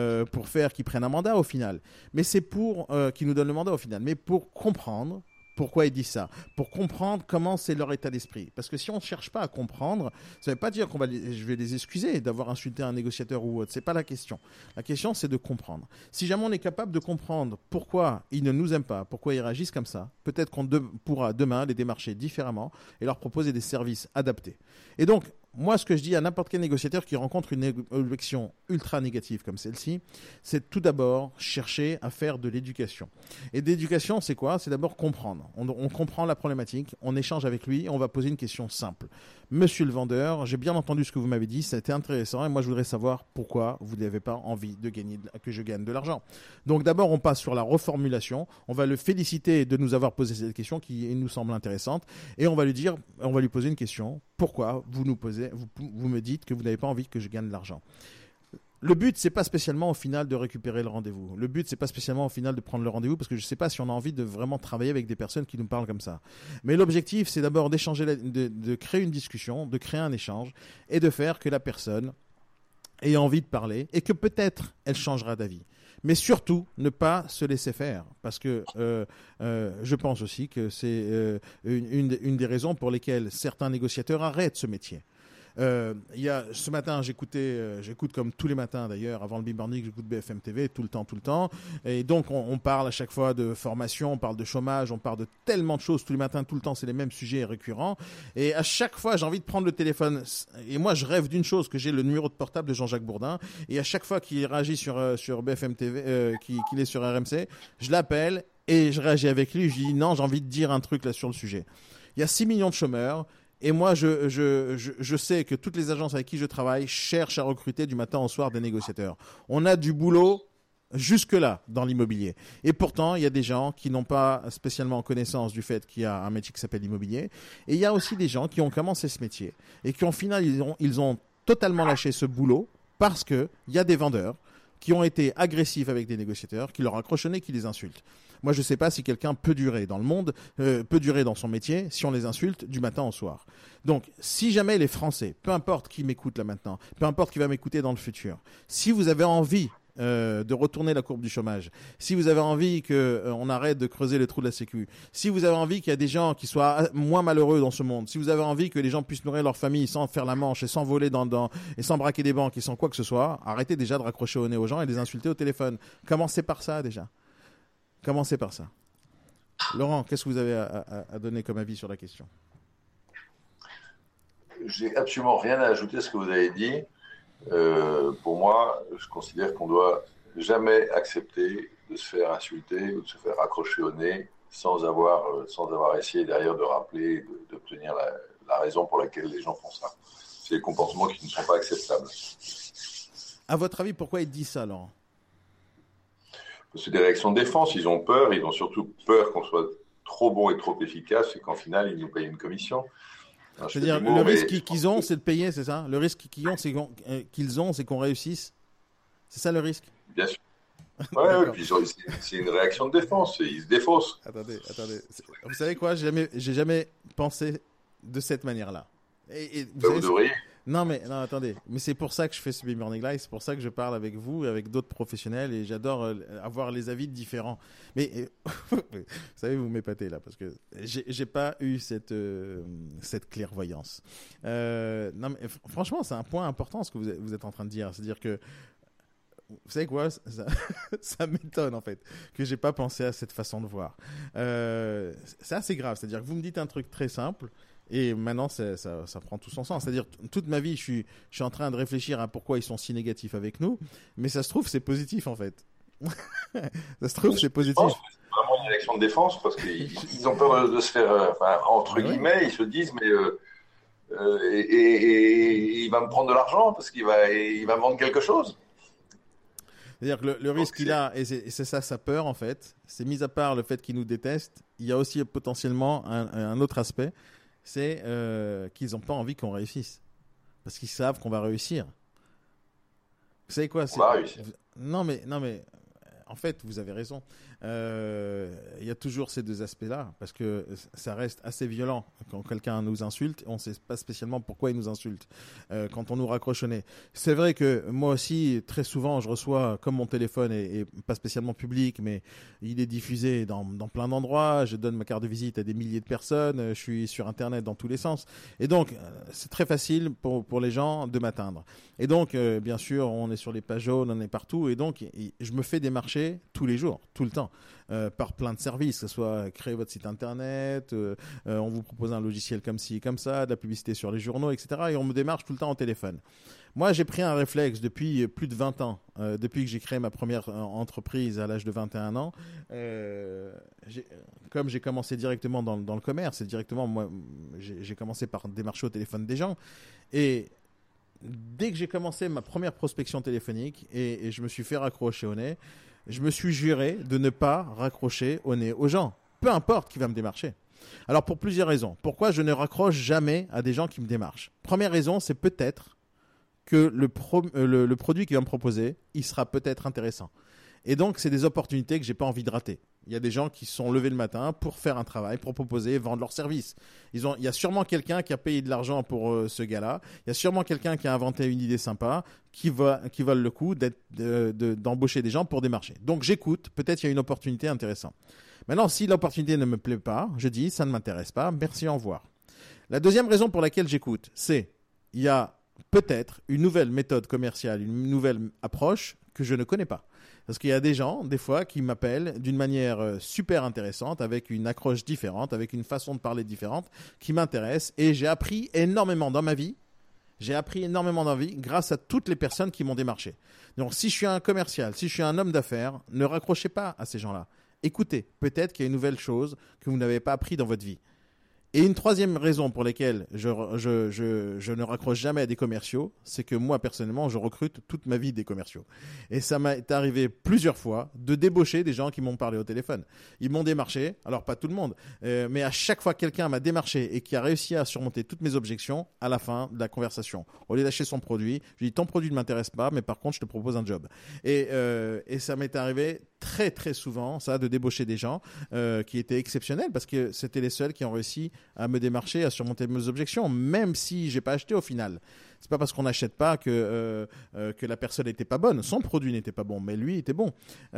faire qu'il prenne un mandat au final, mais c'est pour qu'il nous donne le mandat au final, mais pour comprendre pourquoi ils disent ça, pour comprendre comment c'est leur état d'esprit. Parce que si on ne cherche pas à comprendre, ça ne veut pas dire je vais les excuser d'avoir insulté un négociateur ou autre. Ce n'est pas la question. La question, c'est de comprendre. Si jamais on est capable de comprendre pourquoi ils ne nous aiment pas, pourquoi ils réagissent comme ça, peut-être qu'on pourra demain les démarcher différemment et leur proposer des services adaptés. Et donc, moi, ce que je dis à n'importe quel négociateur qui rencontre une objection ultra négative comme celle-ci, c'est tout d'abord chercher à faire de l'éducation. Et l'éducation, c'est quoi? C'est d'abord comprendre. On comprend la problématique, on échange avec lui, on va poser une question simple. Monsieur le vendeur, j'ai bien entendu ce que vous m'avez dit, ça a été intéressant et moi je voudrais savoir pourquoi vous n'avez pas envie que je gagne de l'argent. Donc d'abord on passe sur la reformulation, on va le féliciter de nous avoir posé cette question qui nous semble intéressante et on va lui poser une question. Pourquoi vous me dites que vous n'avez pas envie que je gagne de l'argent? Le but, c'est pas spécialement au final de récupérer le rendez-vous. Le but, c'est pas spécialement au final de prendre le rendez-vous parce que je sais pas si on a envie de vraiment travailler avec des personnes qui nous parlent comme ça. Mais l'objectif, c'est d'abord d'échanger, de créer une discussion, de créer un échange et de faire que la personne ait envie de parler et que peut-être elle changera d'avis. Mais surtout, ne pas se laisser faire. Parce que je pense aussi que c'est une des raisons pour lesquelles certains négociateurs arrêtent ce métier. Ce matin, j'écoute comme tous les matins d'ailleurs, avant le Big Morning, j'écoute BFM TV tout le temps. Et donc, on parle à chaque fois de formation, on parle de chômage, on parle de tellement de choses tous les matins, tout le temps, c'est les mêmes sujets récurrents. Et à chaque fois, j'ai envie de prendre le téléphone. Et moi, je rêve d'une chose, que j'ai le numéro de portable de Jean-Jacques Bourdin. Et à chaque fois qu'il réagit sur BFM TV, qu'il est sur RMC, je l'appelle et je réagis avec lui. Je lui dis non, j'ai envie de dire un truc là sur le sujet. Il y a 6 millions de chômeurs. Et moi, je sais que toutes les agences avec qui je travaille cherchent à recruter du matin au soir des négociateurs. On a du boulot jusque-là dans l'immobilier. Et pourtant, il y a des gens qui n'ont pas spécialement connaissance du fait qu'il y a un métier qui s'appelle l'immobilier. Et il y a aussi des gens qui ont commencé ce métier et qui, au final, ils ont totalement lâché ce boulot parce qu'il y a des vendeurs qui ont été agressifs avec des négociateurs, qui leur accrochent au nez, qui les insultent. Moi, je ne sais pas si quelqu'un peut durer dans le monde, peut durer dans son métier, si on les insulte du matin au soir. Donc, si jamais les Français, peu importe qui m'écoute là maintenant, peu importe qui va m'écouter dans le futur, si vous avez envie de retourner la courbe du chômage, si vous avez envie qu'on arrête de creuser les trous de la sécu, si vous avez envie qu'il y a des gens qui soient moins malheureux dans ce monde, si vous avez envie que les gens puissent nourrir leur famille sans faire la manche et sans voler et sans braquer des banques et sans quoi que ce soit, arrêtez déjà de raccrocher au nez aux gens et de les insulter au téléphone. Commencez par ça déjà. Commencez par ça. Laurent, qu'est-ce que vous avez à donner comme avis sur la question ? J'ai absolument rien à ajouter à ce que vous avez dit. Pour moi, je considère qu'on ne doit jamais accepter de se faire insulter ou de se faire accrocher au nez sans avoir essayé derrière de rappeler, d'obtenir la raison pour laquelle les gens font ça. C'est des comportements qui ne sont pas acceptables. À votre avis, pourquoi il dit ça, Laurent ? C'est des réactions de défense. Ils ont peur. Ils ont surtout peur qu'on soit trop bon et trop efficace et qu'en final, ils nous payent une commission. C'est-à-dire, le risque qu'ils ont, c'est de payer, c'est ça ? Le risque qu'ils ont, c'est qu'on réussisse ? C'est ça le risque ? Bien sûr. Ouais, puis c'est une réaction de défense. Ils se défaussent. Attendez. Vous savez quoi ? J'ai jamais pensé de cette manière-là. Vous devriez. Non, attendez. Mais c'est pour ça que je fais ce Big Morning Live. C'est pour ça que je parle avec vous et avec d'autres professionnels. Et j'adore avoir les avis différents. Mais vous savez, vous m'épatez là parce que j'ai pas eu cette clairvoyance. Non, mais franchement, c'est un point important ce que vous êtes en train de dire. C'est-à-dire que vous savez quoi, ça m'étonne en fait que j'ai pas pensé à cette façon de voir. C'est assez grave. C'est-à-dire que vous me dites un truc très simple. Et maintenant, ça prend tout son sens. C'est-à-dire, toute ma vie, je suis en train de réfléchir à pourquoi ils sont si négatifs avec nous. Mais ça se trouve, c'est positif, en fait. Ça se trouve, c'est positif. Je pense que c'est vraiment une élection de défense parce qu'ils ont peur de se faire, entre guillemets, ils se disent, mais il va me prendre de l'argent parce qu'il va me vendre quelque chose. C'est-à-dire que le risque qu'il a, et c'est ça sa peur, en fait, c'est mis à part le fait qu'il nous déteste, il y a aussi potentiellement un autre aspect. C'est qu'ils n'ont pas envie qu'on réussisse. Parce qu'ils savent qu'on va réussir. Vous savez quoi ? On va réussir. Non, mais en fait, vous avez raison. Il y a toujours ces deux aspects-là, parce que ça reste assez violent quand quelqu'un nous insulte. On ne sait pas spécialement pourquoi il nous insulte quand on nous raccroche au nez. C'est vrai que moi aussi, très souvent, je reçois, comme mon téléphone est pas spécialement public, mais il est diffusé dans plein d'endroits. Je donne ma carte de visite à des milliers de personnes. Je suis sur Internet dans tous les sens. Et donc, c'est très facile pour les gens de m'atteindre. Et donc, bien sûr, on est sur les pages jaunes, on est partout. Et donc, je me fais démarcher tous les jours, tout le temps. Par plein de services, que ce soit créer votre site internet, on vous propose un logiciel comme ci, comme ça, de la publicité sur les journaux, etc. Et on me démarche tout le temps au téléphone. Moi, j'ai pris un réflexe depuis plus de 20 ans, depuis que j'ai créé ma première entreprise à l'âge de 21 ans. Comme j'ai commencé directement dans le commerce, et directement, moi, j'ai commencé par démarcher au téléphone des gens. Et dès que j'ai commencé ma première prospection téléphonique et je me suis fait raccrocher au nez, je me suis juré de ne pas raccrocher au nez aux gens, peu importe qui va me démarcher. Alors, pour plusieurs raisons. Pourquoi je ne raccroche jamais à des gens qui me démarchent ? Première raison, c'est peut-être que le produit qu'il va me proposer, il sera peut-être intéressant. Et donc, c'est des opportunités que je n'ai pas envie de rater. Il y a des gens qui se sont levés le matin pour faire un travail, pour proposer, vendre leurs services. Il y a sûrement quelqu'un qui a payé de l'argent pour ce gars-là. Il y a sûrement quelqu'un qui a inventé une idée sympa, qui vole le coup d'embaucher des gens pour démarcher. Donc, j'écoute. Peut-être il y a une opportunité intéressante. Maintenant, si l'opportunité ne me plaît pas, je dis, ça ne m'intéresse pas. Merci, au revoir. La deuxième raison pour laquelle j'écoute, c'est il y a peut-être une nouvelle méthode commerciale, une nouvelle approche que je ne connais pas. Parce qu'il y a des gens, des fois, qui m'appellent d'une manière super intéressante, avec une accroche différente, avec une façon de parler différente, qui m'intéresse. Et j'ai appris énormément dans ma vie. Grâce à toutes les personnes qui m'ont démarché. Donc, si je suis un commercial, si je suis un homme d'affaires, ne raccrochez pas à ces gens-là. Écoutez, peut-être qu'il y a une nouvelle chose que vous n'avez pas appris dans votre vie. Et une troisième raison pour laquelle je ne raccroche jamais à des commerciaux, c'est que moi, personnellement, je recrute toute ma vie des commerciaux. Et ça m'est arrivé plusieurs fois de débaucher des gens qui m'ont parlé au téléphone. Ils m'ont démarché, alors pas tout le monde, mais à chaque fois que quelqu'un m'a démarché et qui a réussi à surmonter toutes mes objections à la fin de la conversation. Au lieu d'acheter son produit, je lui dis ton produit ne m'intéresse pas, mais par contre, je te propose un job. Et ça m'est arrivé très très souvent, ça, de débaucher des gens qui étaient exceptionnels parce que c'était les seuls qui ont réussi à me démarcher, à surmonter mes objections, même si j'ai pas acheté au final. C'est pas parce qu'on n'achète pas que la personne n'était pas bonne. Son produit n'était pas bon, mais lui était bon.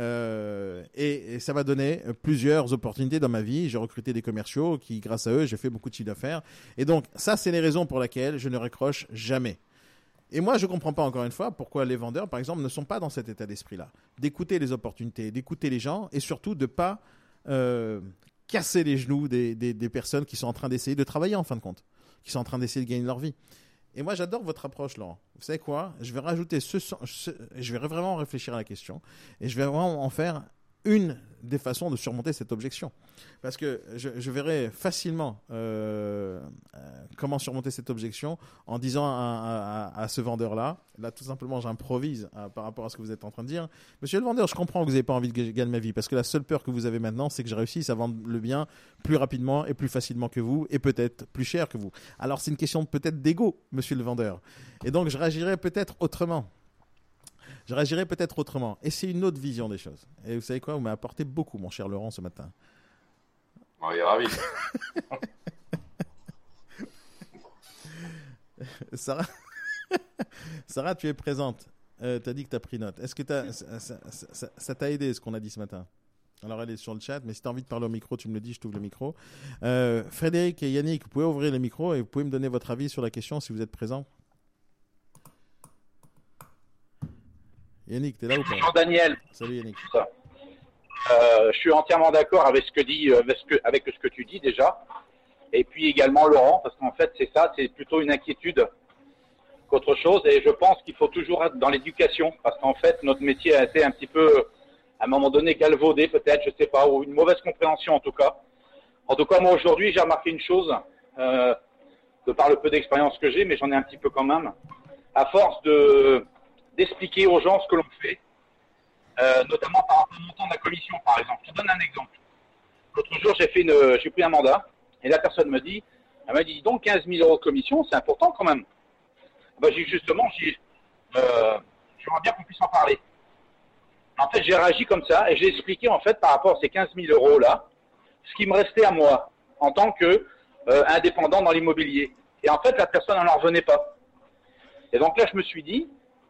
Et ça m'a donné plusieurs opportunités dans ma vie. J'ai recruté des commerciaux qui, grâce à eux, j'ai fait beaucoup de chiffre d'affaires. Et donc, ça, c'est les raisons pour lesquelles je ne raccroche jamais. Et moi, je ne comprends pas encore une fois pourquoi les vendeurs, par exemple, ne sont pas dans cet état d'esprit-là. D'écouter les opportunités, d'écouter les gens et surtout de ne pas casser les genoux des personnes qui sont en train d'essayer de travailler en fin de compte, qui sont en train d'essayer de gagner leur vie. Et moi, j'adore votre approche, Laurent. Vous savez quoi ? Je vais rajouter je vais vraiment réfléchir à la question et je vais vraiment en faire une des façons de surmonter cette objection. Parce que je verrai facilement comment surmonter cette objection en disant à ce vendeur-là, là tout simplement j'improvise par rapport à ce que vous êtes en train de dire. Monsieur le vendeur, je comprends que vous n'avez pas envie de gagner ma vie parce que la seule peur que vous avez maintenant, c'est que je réussisse à vendre le bien plus rapidement et plus facilement que vous et peut-être plus cher que vous. Alors c'est une question peut-être d'ego, monsieur le vendeur. Et donc je réagirai peut-être autrement. Et c'est une autre vision des choses. Et vous savez quoi ? Vous m'avez apporté beaucoup, mon cher Laurent, ce matin. On est ravis. Sarah, tu es présente. Tu as dit que tu as pris note. Est-ce que ça t'a aidé, ce qu'on a dit ce matin ? Alors, elle est sur le chat, mais si tu as envie de parler au micro, tu me le dis, je t'ouvre le micro. Frédéric et Yannick, vous pouvez ouvrir le micro et vous pouvez me donner votre avis sur la question si vous êtes présents. Yannick, t'es là ou pas ? Bonjour Daniel. Salut Yannick. Je suis entièrement d'accord avec ce que tu dis déjà. Et puis également Laurent, parce qu'en fait c'est ça, c'est plutôt une inquiétude qu'autre chose. Et je pense qu'il faut toujours être dans l'éducation, parce qu'en fait notre métier a été un petit peu, à un moment donné, galvaudé peut-être, je sais pas, ou une mauvaise compréhension en tout cas. En tout cas, moi aujourd'hui j'ai remarqué une chose, de par le peu d'expérience que j'ai, mais j'en ai un petit peu quand même, à force d'expliquer aux gens ce que l'on fait, notamment par rapport au montant de la commission, par exemple. Je te donne un exemple. L'autre jour, j'ai pris un mandat, et la personne elle m'a dit, donc 15 000 euros de commission, c'est important quand même. J'ai justement, j'aimerais bien qu'on puisse en parler. En fait, j'ai réagi comme ça, et j'ai expliqué, en fait, par rapport à ces 15 000 euros-là, ce qui me restait à moi, en tant que indépendant dans l'immobilier. Et en fait, la personne n'en revenait pas. Et donc là, je me suis dit,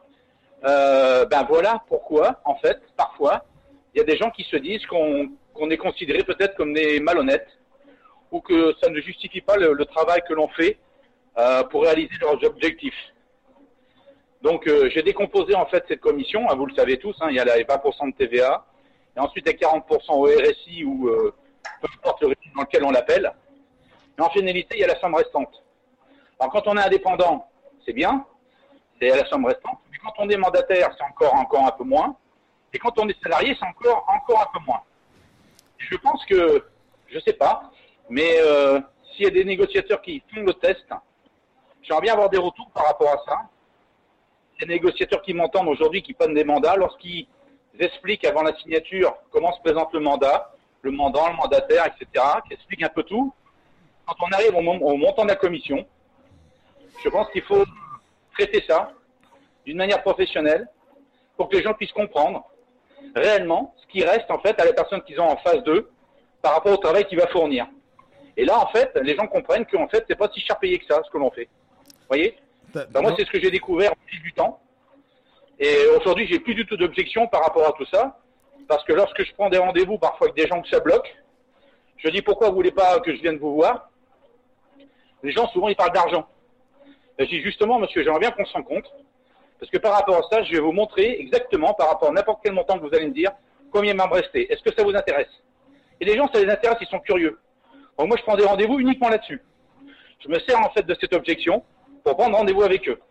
voilà pourquoi, en fait, parfois, il y a des gens qui se disent qu'on est considéré peut-être comme des malhonnêtes ou que ça ne justifie pas le travail que l'on fait pour réaliser leurs objectifs. Donc, j'ai décomposé en fait cette commission, vous le savez tous, il y a les 20% de TVA, et ensuite il y a 40% au RSI ou peu importe le régime dans lequel on l'appelle. Et en finalité, il y a la somme restante. Alors, quand on est indépendant, c'est bien, c'est la somme restante. Mais quand on est mandataire, c'est encore un peu moins. Et quand on est salarié, c'est encore un peu moins. Et je pense que, je sais pas, mais s'il y a des négociateurs qui font le test, j'aimerais bien avoir des retours par rapport à ça. Des négociateurs qui m'entendent aujourd'hui, qui prennent des mandats, lorsqu'ils expliquent avant la signature comment se présente le mandat, le mandant, le mandataire, etc., qui expliquent un peu tout. Quand on arrive au montant de la commission, je pense qu'il faut traiter ça d'une manière professionnelle pour que les gens puissent comprendre réellement ce qui reste en fait à la personne qu'ils ont en face d'eux par rapport au travail qu'il va fournir. Et là, en fait, les gens comprennent qu'en fait, c'est pas si cher payé que ça, ce que l'on fait. Vous voyez ? Moi, c'est ce que j'ai découvert au fil du temps. Et aujourd'hui, j'ai plus du tout d'objection par rapport à tout ça. Parce que lorsque je prends des rendez-vous, parfois avec des gens que ça bloque, je dis pourquoi vous voulez pas que je vienne vous voir ? Les gens, souvent, ils parlent d'argent. Je dis justement, monsieur, j'aimerais bien qu'on se rencontre, parce que par rapport à ça, je vais vous montrer exactement, par rapport à n'importe quel montant que vous allez me dire, combien il va me rester. Est-ce que ça vous intéresse? Et les gens, ça les intéresse, ils sont curieux. Donc moi, je prends des rendez-vous uniquement là-dessus. Je me sers en fait de cette objection pour prendre rendez-vous avec eux.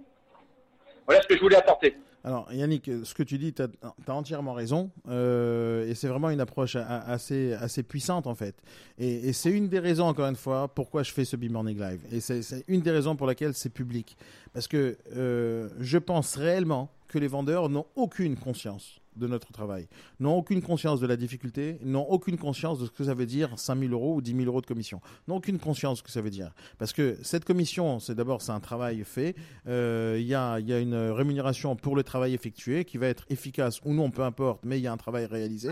Voilà ce que je voulais apporter. Alors Yannick, ce que tu dis, tu as entièrement raison, et c'est vraiment une approche assez puissante en fait. Et c'est une des raisons, encore une fois, pourquoi je fais ce B-Morning Live. Et c'est une des raisons pour laquelle c'est public. Parce que je pense réellement que les vendeurs n'ont aucune conscience de notre travail, n'ont aucune conscience de la difficulté, n'ont aucune conscience de ce que ça veut dire 5 000 € ou 10 000 € de commission, n'ont aucune conscience de ce que ça veut dire. Parce que cette commission, c'est un travail fait, il y a une rémunération pour le travail effectué qui va être efficace ou non, peu importe, mais il y a un travail réalisé.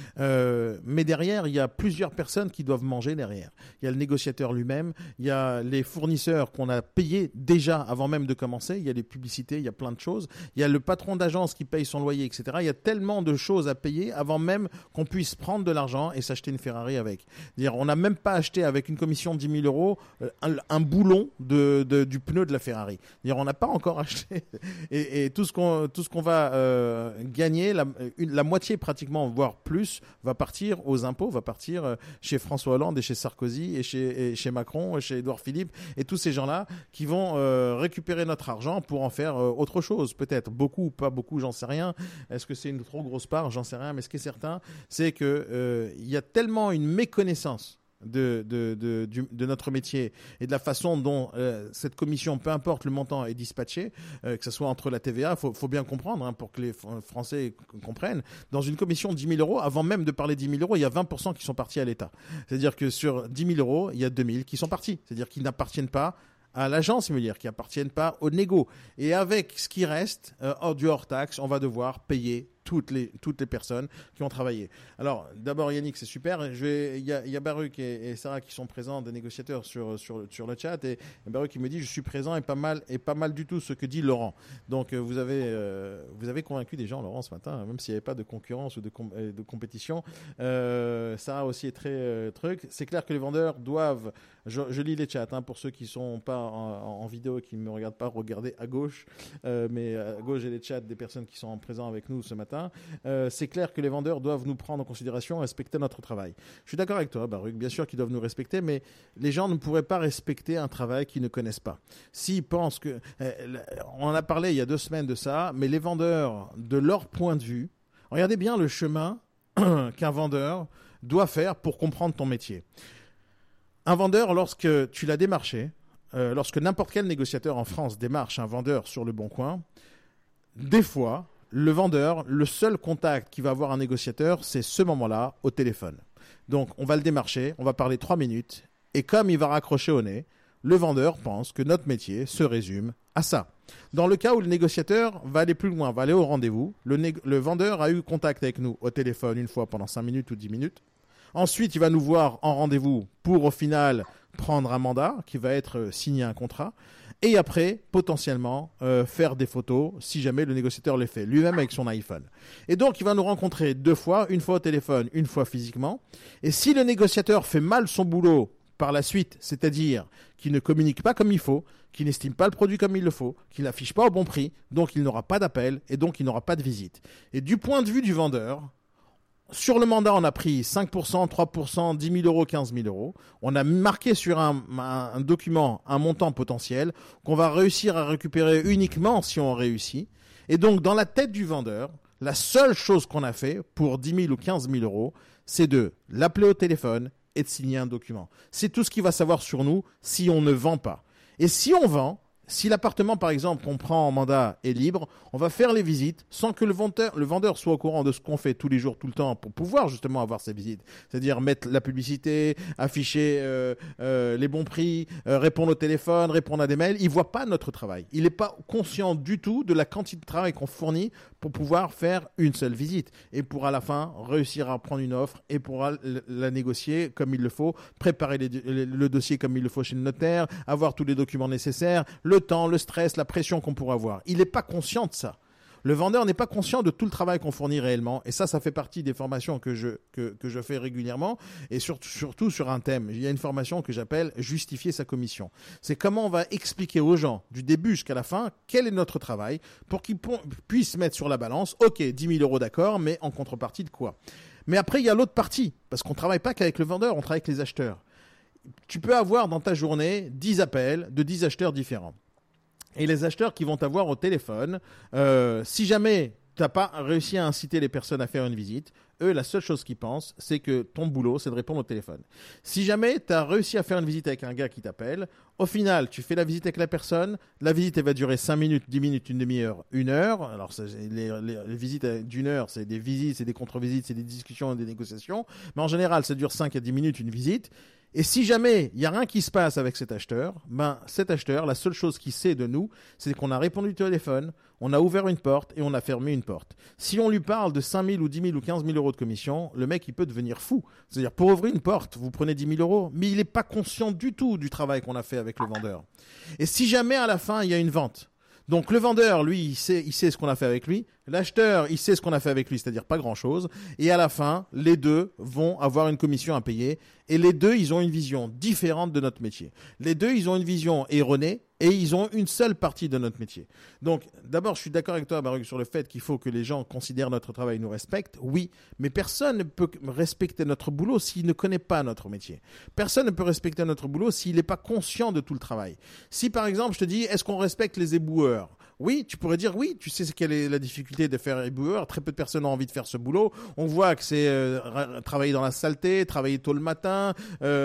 Mais derrière, il y a plusieurs personnes qui doivent manger derrière. Il y a le négociateur lui-même, il y a les fournisseurs qu'on a payés déjà avant même de commencer, il y a les publicités, il y a plein de choses, il y a le patron d'agence qui paye son loyer, etc. Il y a tellement de choses à payer avant même qu'on puisse prendre de l'argent et s'acheter une Ferrari avec. Dire, on n'a même pas acheté avec une commission de 10 000 € un boulon du pneu de la Ferrari. Dire, on n'a pas encore acheté. Et tout ce qu'on va gagner, la moitié pratiquement, voire plus, va partir aux impôts, va partir chez François Hollande et chez Sarkozy et chez Macron et chez Édouard Philippe et tous ces gens-là qui vont récupérer notre argent pour en faire autre chose. Peut-être beaucoup ou pas beaucoup, j'en sais rien. Est-ce que c'est une trop grosse part? J'en sais rien. Mais ce qui est certain, c'est que il y a tellement une méconnaissance de notre métier et de la façon dont cette commission, peu importe le montant, est dispatchée, que ce soit entre la TVA, faut bien comprendre, pour que les Français comprennent. Dans une commission de 10 000 €, avant même de parler de 10 000 €, il y a 20% qui sont partis à l'État. C'est-à-dire que sur 10 000 €, il y a 2 000 qui sont partis. C'est-à-dire qu'ils n'appartiennent pas à l'agence immobilière, qui n'appartiennent pas au négo. Et avec ce qui reste, du hors-taxe, on va devoir payer toutes les personnes qui ont travaillé. Alors, d'abord, Yannick, c'est super. Il y a Baruch et Sarah qui sont présents, des négociateurs sur le chat. Et Baruch qui me dit, je suis présent et pas mal du tout ce que dit Laurent. Donc, vous avez convaincu des gens, Laurent, ce matin, même s'il n'y avait pas de concurrence ou de compétition. Sarah aussi est très truc. C'est clair que les vendeurs doivent, je lis les chats, pour ceux qui ne sont pas en vidéo et qui ne me regardent pas, regardez à gauche. Mais à gauche, j'ai les chats des personnes qui sont présents avec nous ce matin. C'est clair que les vendeurs doivent nous prendre en considération et respecter notre travail. Je suis d'accord avec toi, Baruch, bien sûr qu'ils doivent nous respecter, mais les gens ne pourraient pas respecter un travail qu'ils ne connaissent pas. S'ils pensent que... on en a parlé il y a 2 semaines de ça, mais les vendeurs, de leur point de vue, regardez bien le chemin qu'un vendeur doit faire pour comprendre ton métier. Un vendeur, lorsque tu l'as démarché, lorsque n'importe quel négociateur en France démarche un vendeur sur le Bon Coin, des fois... le vendeur, le seul contact qu'il va avoir un négociateur, c'est ce moment-là au téléphone. Donc, on va le démarcher, on va parler 3 minutes, et comme il va raccrocher au nez, le vendeur pense que notre métier se résume à ça. Dans le cas où le négociateur va aller plus loin, va aller au rendez-vous, le vendeur a eu contact avec nous au téléphone une fois pendant 5 minutes ou 10 minutes. Ensuite, il va nous voir en rendez-vous pour, au final, prendre un mandat qui va être signer un contrat. Et après, potentiellement, faire des photos si jamais le négociateur les fait, lui-même avec son iPhone. Et donc, il va nous rencontrer 2 fois, une fois au téléphone, une fois physiquement. Et si le négociateur fait mal son boulot par la suite, c'est-à-dire qu'il ne communique pas comme il faut, qu'il n'estime pas le produit comme il le faut, qu'il n'affiche pas au bon prix, donc il n'aura pas d'appel et donc il n'aura pas de visite. Et du point de vue du vendeur... sur le mandat, on a pris 5%, 3%, 10 000 €, 15 000 €. On a marqué sur un document un montant potentiel qu'on va réussir à récupérer uniquement si on réussit. Et donc, dans la tête du vendeur, la seule chose qu'on a fait pour 10 000 ou 15 000 €, c'est de l'appeler au téléphone et de signer un document. C'est tout ce qu'il va savoir sur nous si on ne vend pas. Et si on vend... si l'appartement, par exemple, qu'on prend en mandat est libre, on va faire les visites sans que le vendeur soit au courant de ce qu'on fait tous les jours, tout le temps, pour pouvoir justement avoir ces visites. C'est-à-dire mettre la publicité, afficher les bons prix, répondre au téléphone, répondre à des mails. Il ne voit pas notre travail. Il n'est pas conscient du tout de la quantité de travail qu'on fournit pour pouvoir faire une seule visite. Et pour à la fin réussir à prendre une offre et pour la négocier comme il le faut, préparer le dossier comme il le faut chez le notaire, avoir tous les documents nécessaires, le temps, le stress, la pression qu'on pourrait avoir. Il n'est pas conscient de ça. Le vendeur n'est pas conscient de tout le travail qu'on fournit réellement. Et ça fait partie des formations que je fais régulièrement. Et surtout sur un thème. Il y a une formation que j'appelle « Justifier sa commission ». C'est comment on va expliquer aux gens, du début jusqu'à la fin, quel est notre travail pour qu'ils puissent mettre sur la balance, ok, 10 000 € d'accord, mais en contrepartie de quoi? Mais après, il y a l'autre partie. Parce qu'on ne travaille pas qu'avec le vendeur, on travaille avec les acheteurs. Tu peux avoir dans ta journée 10 appels de 10 acheteurs différents. Et les acheteurs qui vont t'avoir au téléphone, si jamais tu n'as pas réussi à inciter les personnes à faire une visite, eux, la seule chose qu'ils pensent, c'est que ton boulot, c'est de répondre au téléphone. Si jamais tu as réussi à faire une visite avec un gars qui t'appelle, au final, tu fais la visite avec la personne, la visite, elle va durer 5 minutes, 10 minutes, une demi-heure, 1 heure. Alors, les visites d'une heure, c'est des visites, c'est des contre-visites, c'est des discussions et des négociations. Mais en général, ça dure 5 à 10 minutes, une visite. Et si jamais il n'y a rien qui se passe avec cet acheteur, cet acheteur, la seule chose qu'il sait de nous, c'est qu'on a répondu au téléphone, on a ouvert une porte et on a fermé une porte. Si on lui parle de 5 000 ou 10 000 ou 15 000 € de commission, le mec, il peut devenir fou. C'est-à-dire, pour ouvrir une porte, vous prenez 10 000 €, mais il n'est pas conscient du tout du travail qu'on a fait avec le vendeur. Et si jamais à la fin, il y a une vente, donc le vendeur, lui, il sait ce qu'on a fait avec lui. L'acheteur, il sait ce qu'on a fait avec lui, c'est-à-dire pas grand-chose. Et à la fin, les deux vont avoir une commission à payer. Et les deux, ils ont une vision différente de notre métier. Les deux, ils ont une vision erronée et ils ont une seule partie de notre métier. Donc, d'abord, je suis d'accord avec toi, Baruch, sur le fait qu'il faut que les gens considèrent notre travail et nous respectent. Oui, mais personne ne peut respecter notre boulot s'il ne connaît pas notre métier. Personne ne peut respecter notre boulot s'il n'est pas conscient de tout le travail. Si, par exemple, je te dis, est-ce qu'on respecte les éboueurs ? Oui, tu pourrais dire oui, tu sais quelle est la difficulté de faire éboueur. Très peu de personnes ont envie de faire ce boulot. On voit que c'est travailler dans la saleté, travailler tôt le matin,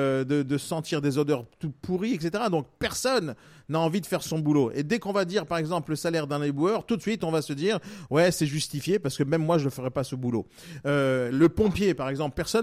de sentir des odeurs tout pourries, etc. Donc personne n'a envie de faire son boulot. Et dès qu'on va dire, par exemple, le salaire d'un éboueur, tout de suite, on va se dire, ouais, c'est justifié parce que même moi, je ne ferais pas ce boulot. Le pompier, par exemple, personne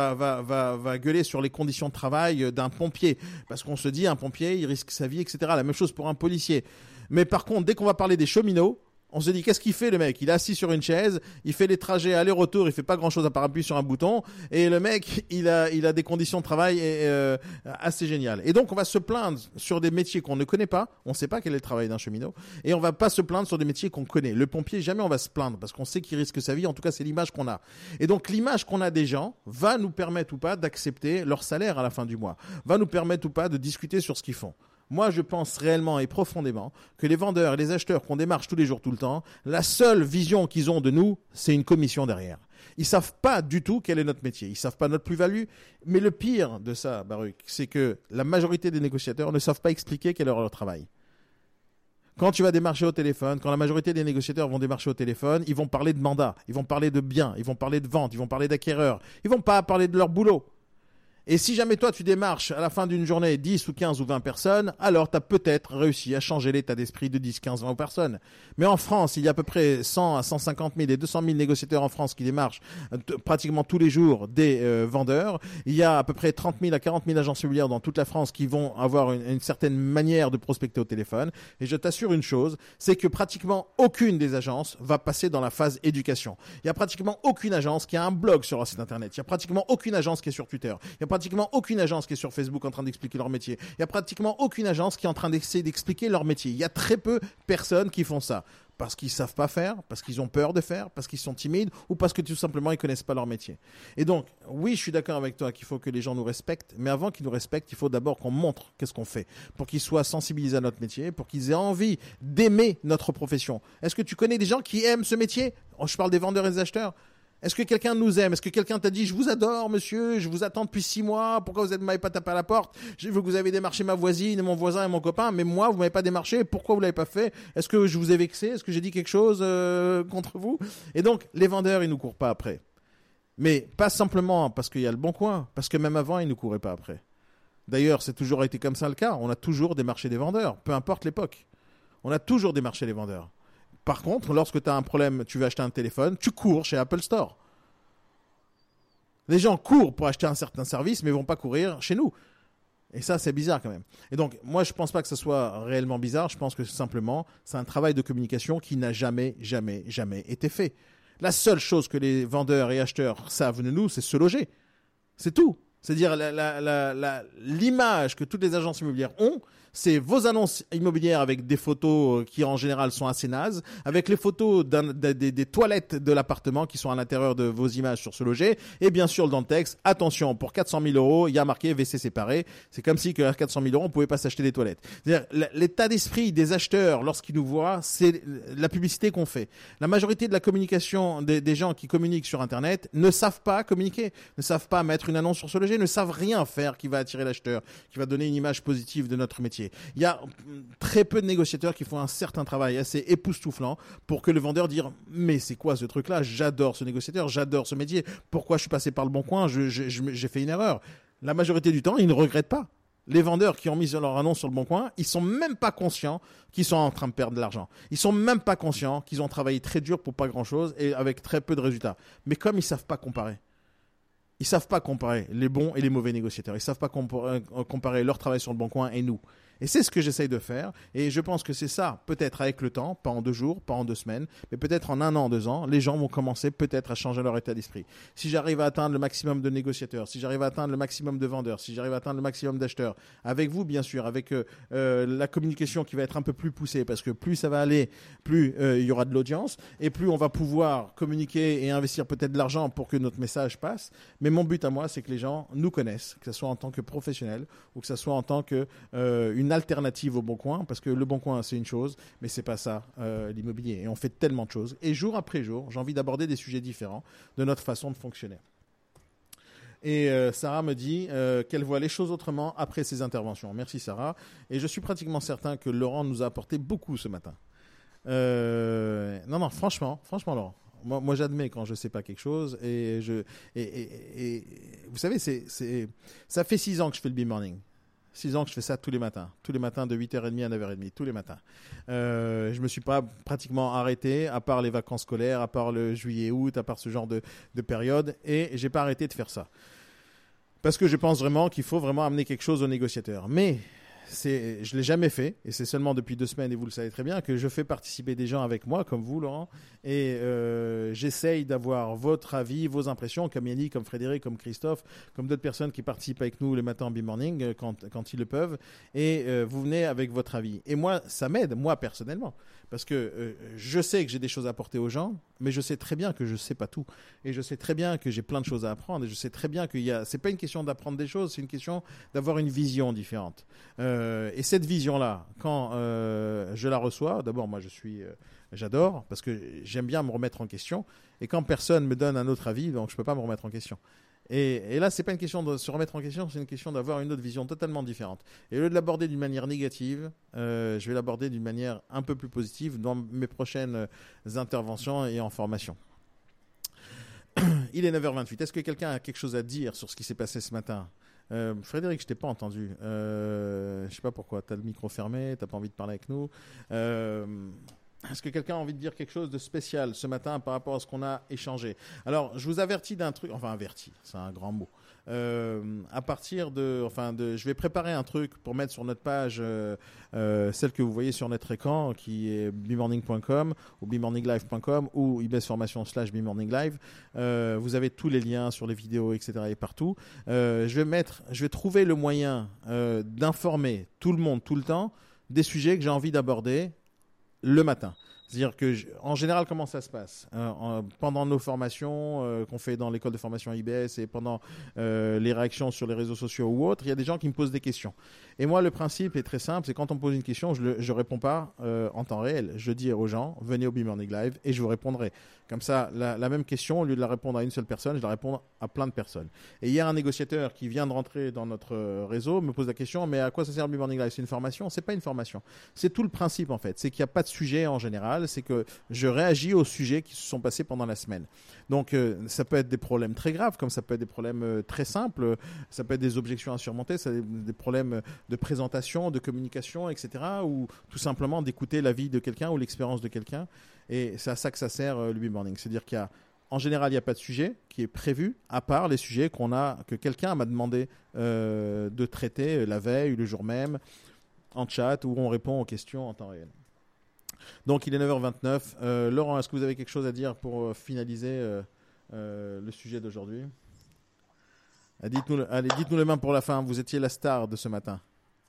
va gueuler sur les conditions de travail d'un pompier parce qu'on se dit, un pompier, il risque sa vie, etc. La même chose pour un policier. Mais par contre, dès qu'on va parler des cheminots, on se dit, qu'est-ce qu'il fait le mec ? Il est assis sur une chaise, il fait les trajets aller-retour, il fait pas grand-chose à part appuyer sur un bouton, et le mec, il a des conditions de travail assez géniales. Et donc, on va se plaindre sur des métiers qu'on ne connaît pas, on ne sait pas quel est le travail d'un cheminot, et on va pas se plaindre sur des métiers qu'on connaît. Le pompier, jamais on va se plaindre, parce qu'on sait qu'il risque sa vie, en tout cas, c'est l'image qu'on a. Et donc, l'image qu'on a des gens va nous permettre ou pas d'accepter leur salaire à la fin du mois, va nous permettre ou pas de discuter sur ce qu'ils font. Moi, je pense réellement et profondément que les vendeurs et les acheteurs qu'on démarche tous les jours, tout le temps, la seule vision qu'ils ont de nous, c'est une commission derrière. Ils savent pas du tout quel est notre métier. Ils savent pas notre plus-value. Mais le pire de ça, Baruch, c'est que la majorité des négociateurs ne savent pas expliquer quel est leur travail. Quand tu vas démarcher au téléphone, quand la majorité des négociateurs vont démarcher au téléphone, ils vont parler de mandat, ils vont parler de biens, ils vont parler de vente, ils vont parler d'acquéreurs. Ils vont pas parler de leur boulot. Et si jamais toi, tu démarches à la fin d'une journée 10 ou 15 ou 20 personnes, alors tu as peut-être réussi à changer l'état d'esprit de 10, 15, 20 personnes. Mais en France, il y a à peu près 100 à 150 000 et 200 000 négociateurs en France qui démarchent pratiquement tous les jours des vendeurs. Il y a à peu près 30 000 à 40 000 agences immobilières dans toute la France qui vont avoir une certaine manière de prospecter au téléphone. Et je t'assure une chose, c'est que pratiquement aucune des agences va passer dans la phase éducation. Il y a pratiquement aucune agence qui a un blog sur leur site internet. Il y a pratiquement aucune agence qui est sur Twitter. Il y a pratiquement aucune agence qui est sur Facebook en train d'expliquer leur métier. Il y a pratiquement aucune agence qui est en train d'essayer d'expliquer leur métier. Il y a très peu de personnes qui font ça. Parce qu'ils savent pas faire, parce qu'ils ont peur de faire, parce qu'ils sont timides ou parce que tout simplement ils connaissent pas leur métier. Et donc, oui, je suis d'accord avec toi qu'il faut que les gens nous respectent, mais avant qu'ils nous respectent, il faut d'abord qu'on montre qu'est-ce qu'on fait pour qu'ils soient sensibilisés à notre métier, pour qu'ils aient envie d'aimer notre profession. Est-ce que tu connais des gens qui aiment ce métier ? Je parle des vendeurs et des acheteurs. Est-ce que quelqu'un nous aime ? Est-ce que quelqu'un t'a dit « Je vous adore, monsieur, je vous attends depuis 6 mois, pourquoi vous ne m'avez pas tapé à la porte ? J'ai vu que vous avez démarché ma voisine, mon voisin et mon copain, mais moi, vous ne m'avez pas démarché, pourquoi vous ne l'avez pas fait ? Est-ce que je vous ai vexé ? Est-ce que j'ai dit quelque chose contre vous ? » Et donc, les vendeurs, ils ne nous courent pas après. Mais pas simplement parce qu'il y a le Bon Coin, parce que même avant, ils ne nous couraient pas après. D'ailleurs, c'est toujours été comme ça le cas. On a toujours démarché des vendeurs, peu importe l'époque. On a toujours démarché les vendeurs. Par contre, lorsque tu as un problème, tu veux acheter un téléphone, tu cours chez Apple Store. Les gens courent pour acheter un certain service, mais ne vont pas courir chez nous. Et ça, c'est bizarre quand même. Et donc, moi, je ne pense pas que ce soit réellement bizarre. Je pense que simplement, c'est un travail de communication qui n'a jamais été fait. La seule chose que les vendeurs et acheteurs savent de nous, c'est se loger. C'est tout. C'est-à-dire l'image que toutes les agences immobilières ont, c'est vos annonces immobilières avec des photos qui en général sont assez nazes, avec les photos des toilettes de l'appartement qui sont à l'intérieur de vos images sur ce loger, et bien sûr dans le texte, attention, pour 400 000 €, il y a marqué WC séparé. C'est comme si à 400 000 €, on pouvait pas s'acheter des toilettes. C'est-à-dire, l'état d'esprit des acheteurs lorsqu'ils nous voient, c'est la publicité qu'on fait. La majorité de la communication des gens qui communiquent sur Internet ne savent pas communiquer, ne savent pas mettre une annonce sur ce loger, ne savent rien faire qui va attirer l'acheteur, qui va donner une image positive de notre métier. Il y a très peu de négociateurs qui font un certain travail assez époustouflant pour que le vendeur dise « Mais c'est quoi ce truc-là ? J'adore ce négociateur, j'adore ce métier. Pourquoi je suis passé par le bon coin ? J'ai fait une erreur. » La majorité du temps, ils ne regrettent pas. Les vendeurs qui ont mis leur annonce sur le bon coin, ils sont même pas conscients qu'ils sont en train de perdre de l'argent. Ils sont même pas conscients qu'ils ont travaillé très dur pour pas grand-chose et avec très peu de résultats. Mais comme ils savent pas comparer les bons et les mauvais négociateurs. Ils savent pas comparer leur travail sur le bon coin et nous. Et c'est ce que j'essaye de faire. Et je pense que c'est ça, peut-être avec le temps, pas en 2 jours, pas en 2 semaines, mais peut-être en 1 an, 2 ans, les gens vont commencer peut-être à changer leur état d'esprit. Si j'arrive à atteindre le maximum de négociateurs, si j'arrive à atteindre le maximum de vendeurs, si j'arrive à atteindre le maximum d'acheteurs, avec vous bien sûr, avec la communication qui va être un peu plus poussée, parce que plus ça va aller, plus il y aura de l'audience, et plus on va pouvoir communiquer et investir peut-être de l'argent pour que notre message passe. Mais mon but à moi, c'est que les gens nous connaissent, que ce soit en tant que professionnels ou que ce soit en tant que une alternative au Bon Coin, parce que le Bon Coin c'est une chose, mais c'est pas ça l'immobilier. Et on fait tellement de choses. Et jour après jour, j'ai envie d'aborder des sujets différents de notre façon de fonctionner. Et Sarah me dit qu'elle voit les choses autrement après ses interventions. Merci Sarah. Et je suis pratiquement certain que Laurent nous a apporté beaucoup ce matin. Non, franchement Laurent. Moi, j'admets quand je sais pas quelque chose et vous savez, ça fait 6 ans que je fais le B-Morning. 6 ans que je fais ça tous les matins de 8h30 à 9h30, tous les matins. Je me suis pas pratiquement arrêté, à part les vacances scolaires, à part le juillet-août, à part ce genre de période, et j'ai pas arrêté de faire ça. Parce que je pense vraiment qu'il faut vraiment amener quelque chose aux négociateurs. Mais je l'ai jamais fait, et c'est seulement depuis 2 semaines, et vous le savez très bien, que je fais participer des gens avec moi, comme vous, Laurent, et j'essaye d'avoir votre avis, vos impressions, comme Yannick, comme Frédéric, comme Christophe, comme d'autres personnes qui participent avec nous les matins en B-Morning, quand ils le peuvent, et vous venez avec votre avis. Et moi, ça m'aide, moi, personnellement, parce que je sais que j'ai des choses à apporter aux gens, mais je sais très bien que je sais pas tout, et je sais très bien que j'ai plein de choses à apprendre, et je sais très bien c'est pas une question d'apprendre des choses, c'est une question d'avoir une vision différente. Et cette vision-là, quand je la reçois, d'abord moi j'adore parce que j'aime bien me remettre en question. Et quand personne me donne un autre avis, donc je peux pas me remettre en question. Et là, c'est pas une question de se remettre en question, c'est une question d'avoir une autre vision totalement différente. Et au lieu de l'aborder d'une manière négative, je vais l'aborder d'une manière un peu plus positive dans mes prochaines interventions et en formation. Il est 9h28. Est-ce que quelqu'un a quelque chose à dire sur ce qui s'est passé ce matin ? Frédéric, je t'ai pas entendu. Je sais pas pourquoi. T'as le micro fermé, t'as pas envie de parler avec nous. Est-ce que quelqu'un a envie de dire quelque chose de spécial ce matin par rapport à ce qu'on a échangé ? Alors, je vous avertis d'un truc, enfin averti, c'est un grand mot. À partir je vais préparer un truc pour mettre sur notre page, celle que vous voyez sur notre écran, qui est bmorning.com ou bmorninglive.com ou ibesformation/bmorninglive. Vous avez tous les liens sur les vidéos, etc. et partout. Je vais trouver le moyen d'informer tout le monde tout le temps des sujets que j'ai envie d'aborder le matin. C'est-à-dire que, en général, comment ça se passe pendant nos formations qu'on fait dans l'école de formation IBS et pendant les réactions sur les réseaux sociaux ou autres, il y a des gens qui me posent des questions. Et moi, le principe est très simple, c'est quand on me pose une question, je réponds pas en temps réel. Je dis aux gens, venez au B-Morning Live et je vous répondrai. Comme ça, la même question, au lieu de la répondre à une seule personne, je la réponds à plein de personnes. Et hier, un négociateur qui vient de rentrer dans notre réseau me pose la question, mais à quoi ça sert le B-Morning Live ? C'est une formation ? C'est pas une formation. C'est tout le principe, en fait. C'est qu'il n'y a pas de sujet en général. C'est que je réagis aux sujets qui se sont passés pendant la semaine. Donc, ça peut être des problèmes très graves, comme ça peut être des problèmes très simples. Ça peut être des objections à surmonter, ça peut être des problèmes de présentation, de communication, etc. Ou tout simplement d'écouter l'avis de quelqu'un ou l'expérience de quelqu'un. Et c'est à ça que ça sert le B-Morning. C'est-à-dire qu'en général, il n'y a pas de sujet qui est prévu, à part les sujets que quelqu'un m'a demandé de traiter la veille ou le jour même, en chat, où on répond aux questions en temps réel. Donc, il est 9h29. Laurent, est-ce que vous avez quelque chose à dire pour finaliser le sujet d'aujourd'hui ? Dites-nous les mains pour la fin. Vous étiez la star de ce matin.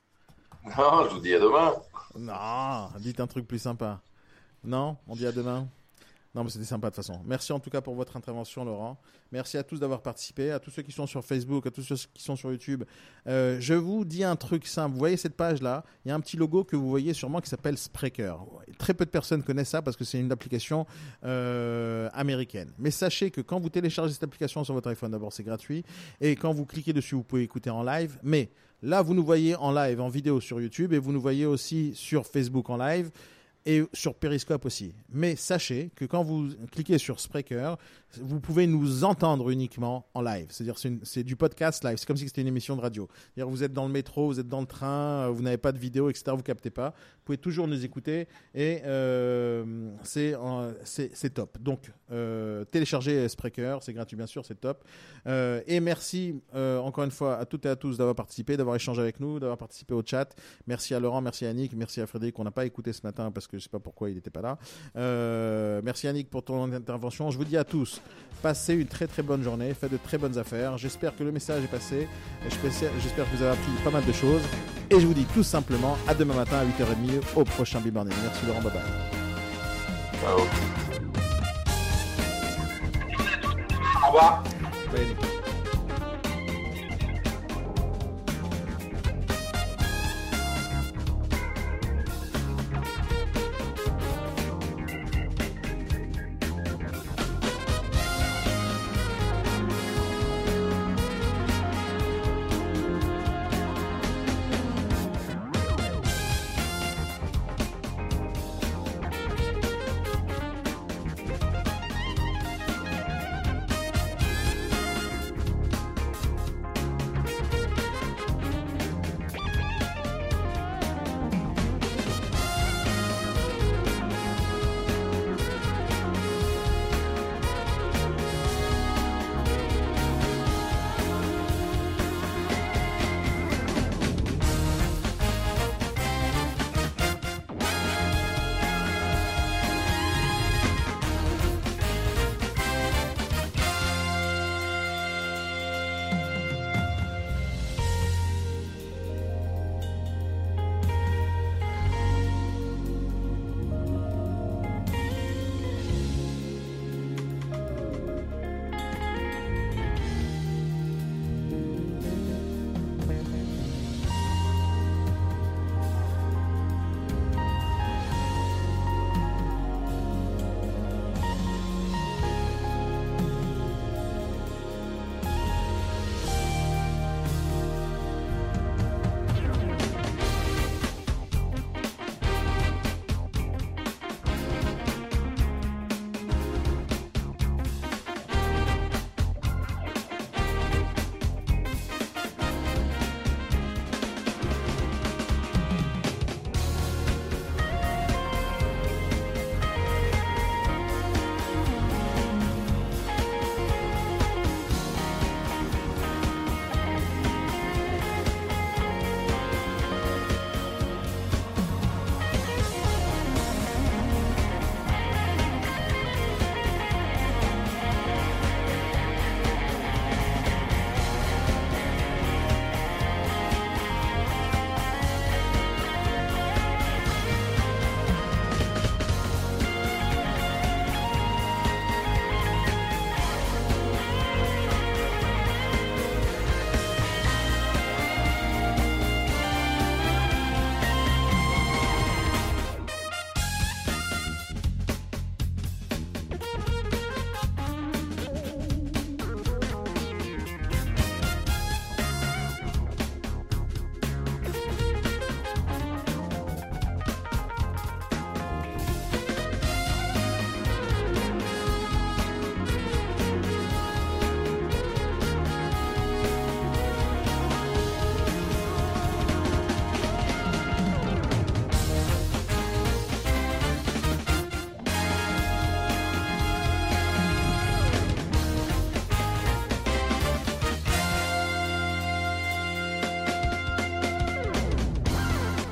Non, je vous dis à demain. Non, dites un truc plus sympa. Non, on dit à demain. Non, mais c'était sympa de toute façon. Merci en tout cas pour votre intervention, Laurent. Merci à tous d'avoir participé, à tous ceux qui sont sur Facebook, à tous ceux qui sont sur YouTube. Je vous dis un truc simple. Vous voyez cette page-là, il y a un petit logo que vous voyez sûrement qui s'appelle Spreaker. Très peu de personnes connaissent ça parce que c'est une application américaine. Mais sachez que quand vous téléchargez cette application sur votre iPhone, d'abord c'est gratuit. Et quand vous cliquez dessus, vous pouvez écouter en live. Mais là, vous nous voyez en live, en vidéo sur YouTube et vous nous voyez aussi sur Facebook en live. Et sur Periscope aussi. Mais sachez que quand vous cliquez sur Spreaker, vous pouvez nous entendre uniquement en live. C'est-à-dire c'est du podcast live. C'est comme si c'était une émission de radio. C'est-à-dire vous êtes dans le métro, vous êtes dans le train, vous n'avez pas de vidéo, etc. Vous captez pas. Vous pouvez toujours nous écouter et c'est top. Donc téléchargez Spreaker, c'est gratuit bien sûr, c'est top. Et merci encore une fois à toutes et à tous d'avoir participé, d'avoir échangé avec nous, d'avoir participé au chat. Merci à Laurent, merci à Annick, merci à Frédéric qu'on n'a pas écouté ce matin parce que je ne sais pas pourquoi il n'était pas là. Merci Annick pour ton intervention. Je vous dis à tous, passez une très très bonne journée, faites de très bonnes affaires. J'espère que le message est passé. J'espère que vous avez appris pas mal de choses. Et je vous dis tout simplement à demain matin à 8h30 au prochain B-Morning. Merci Laurent, bye bye. Ciao. Au revoir. Bye.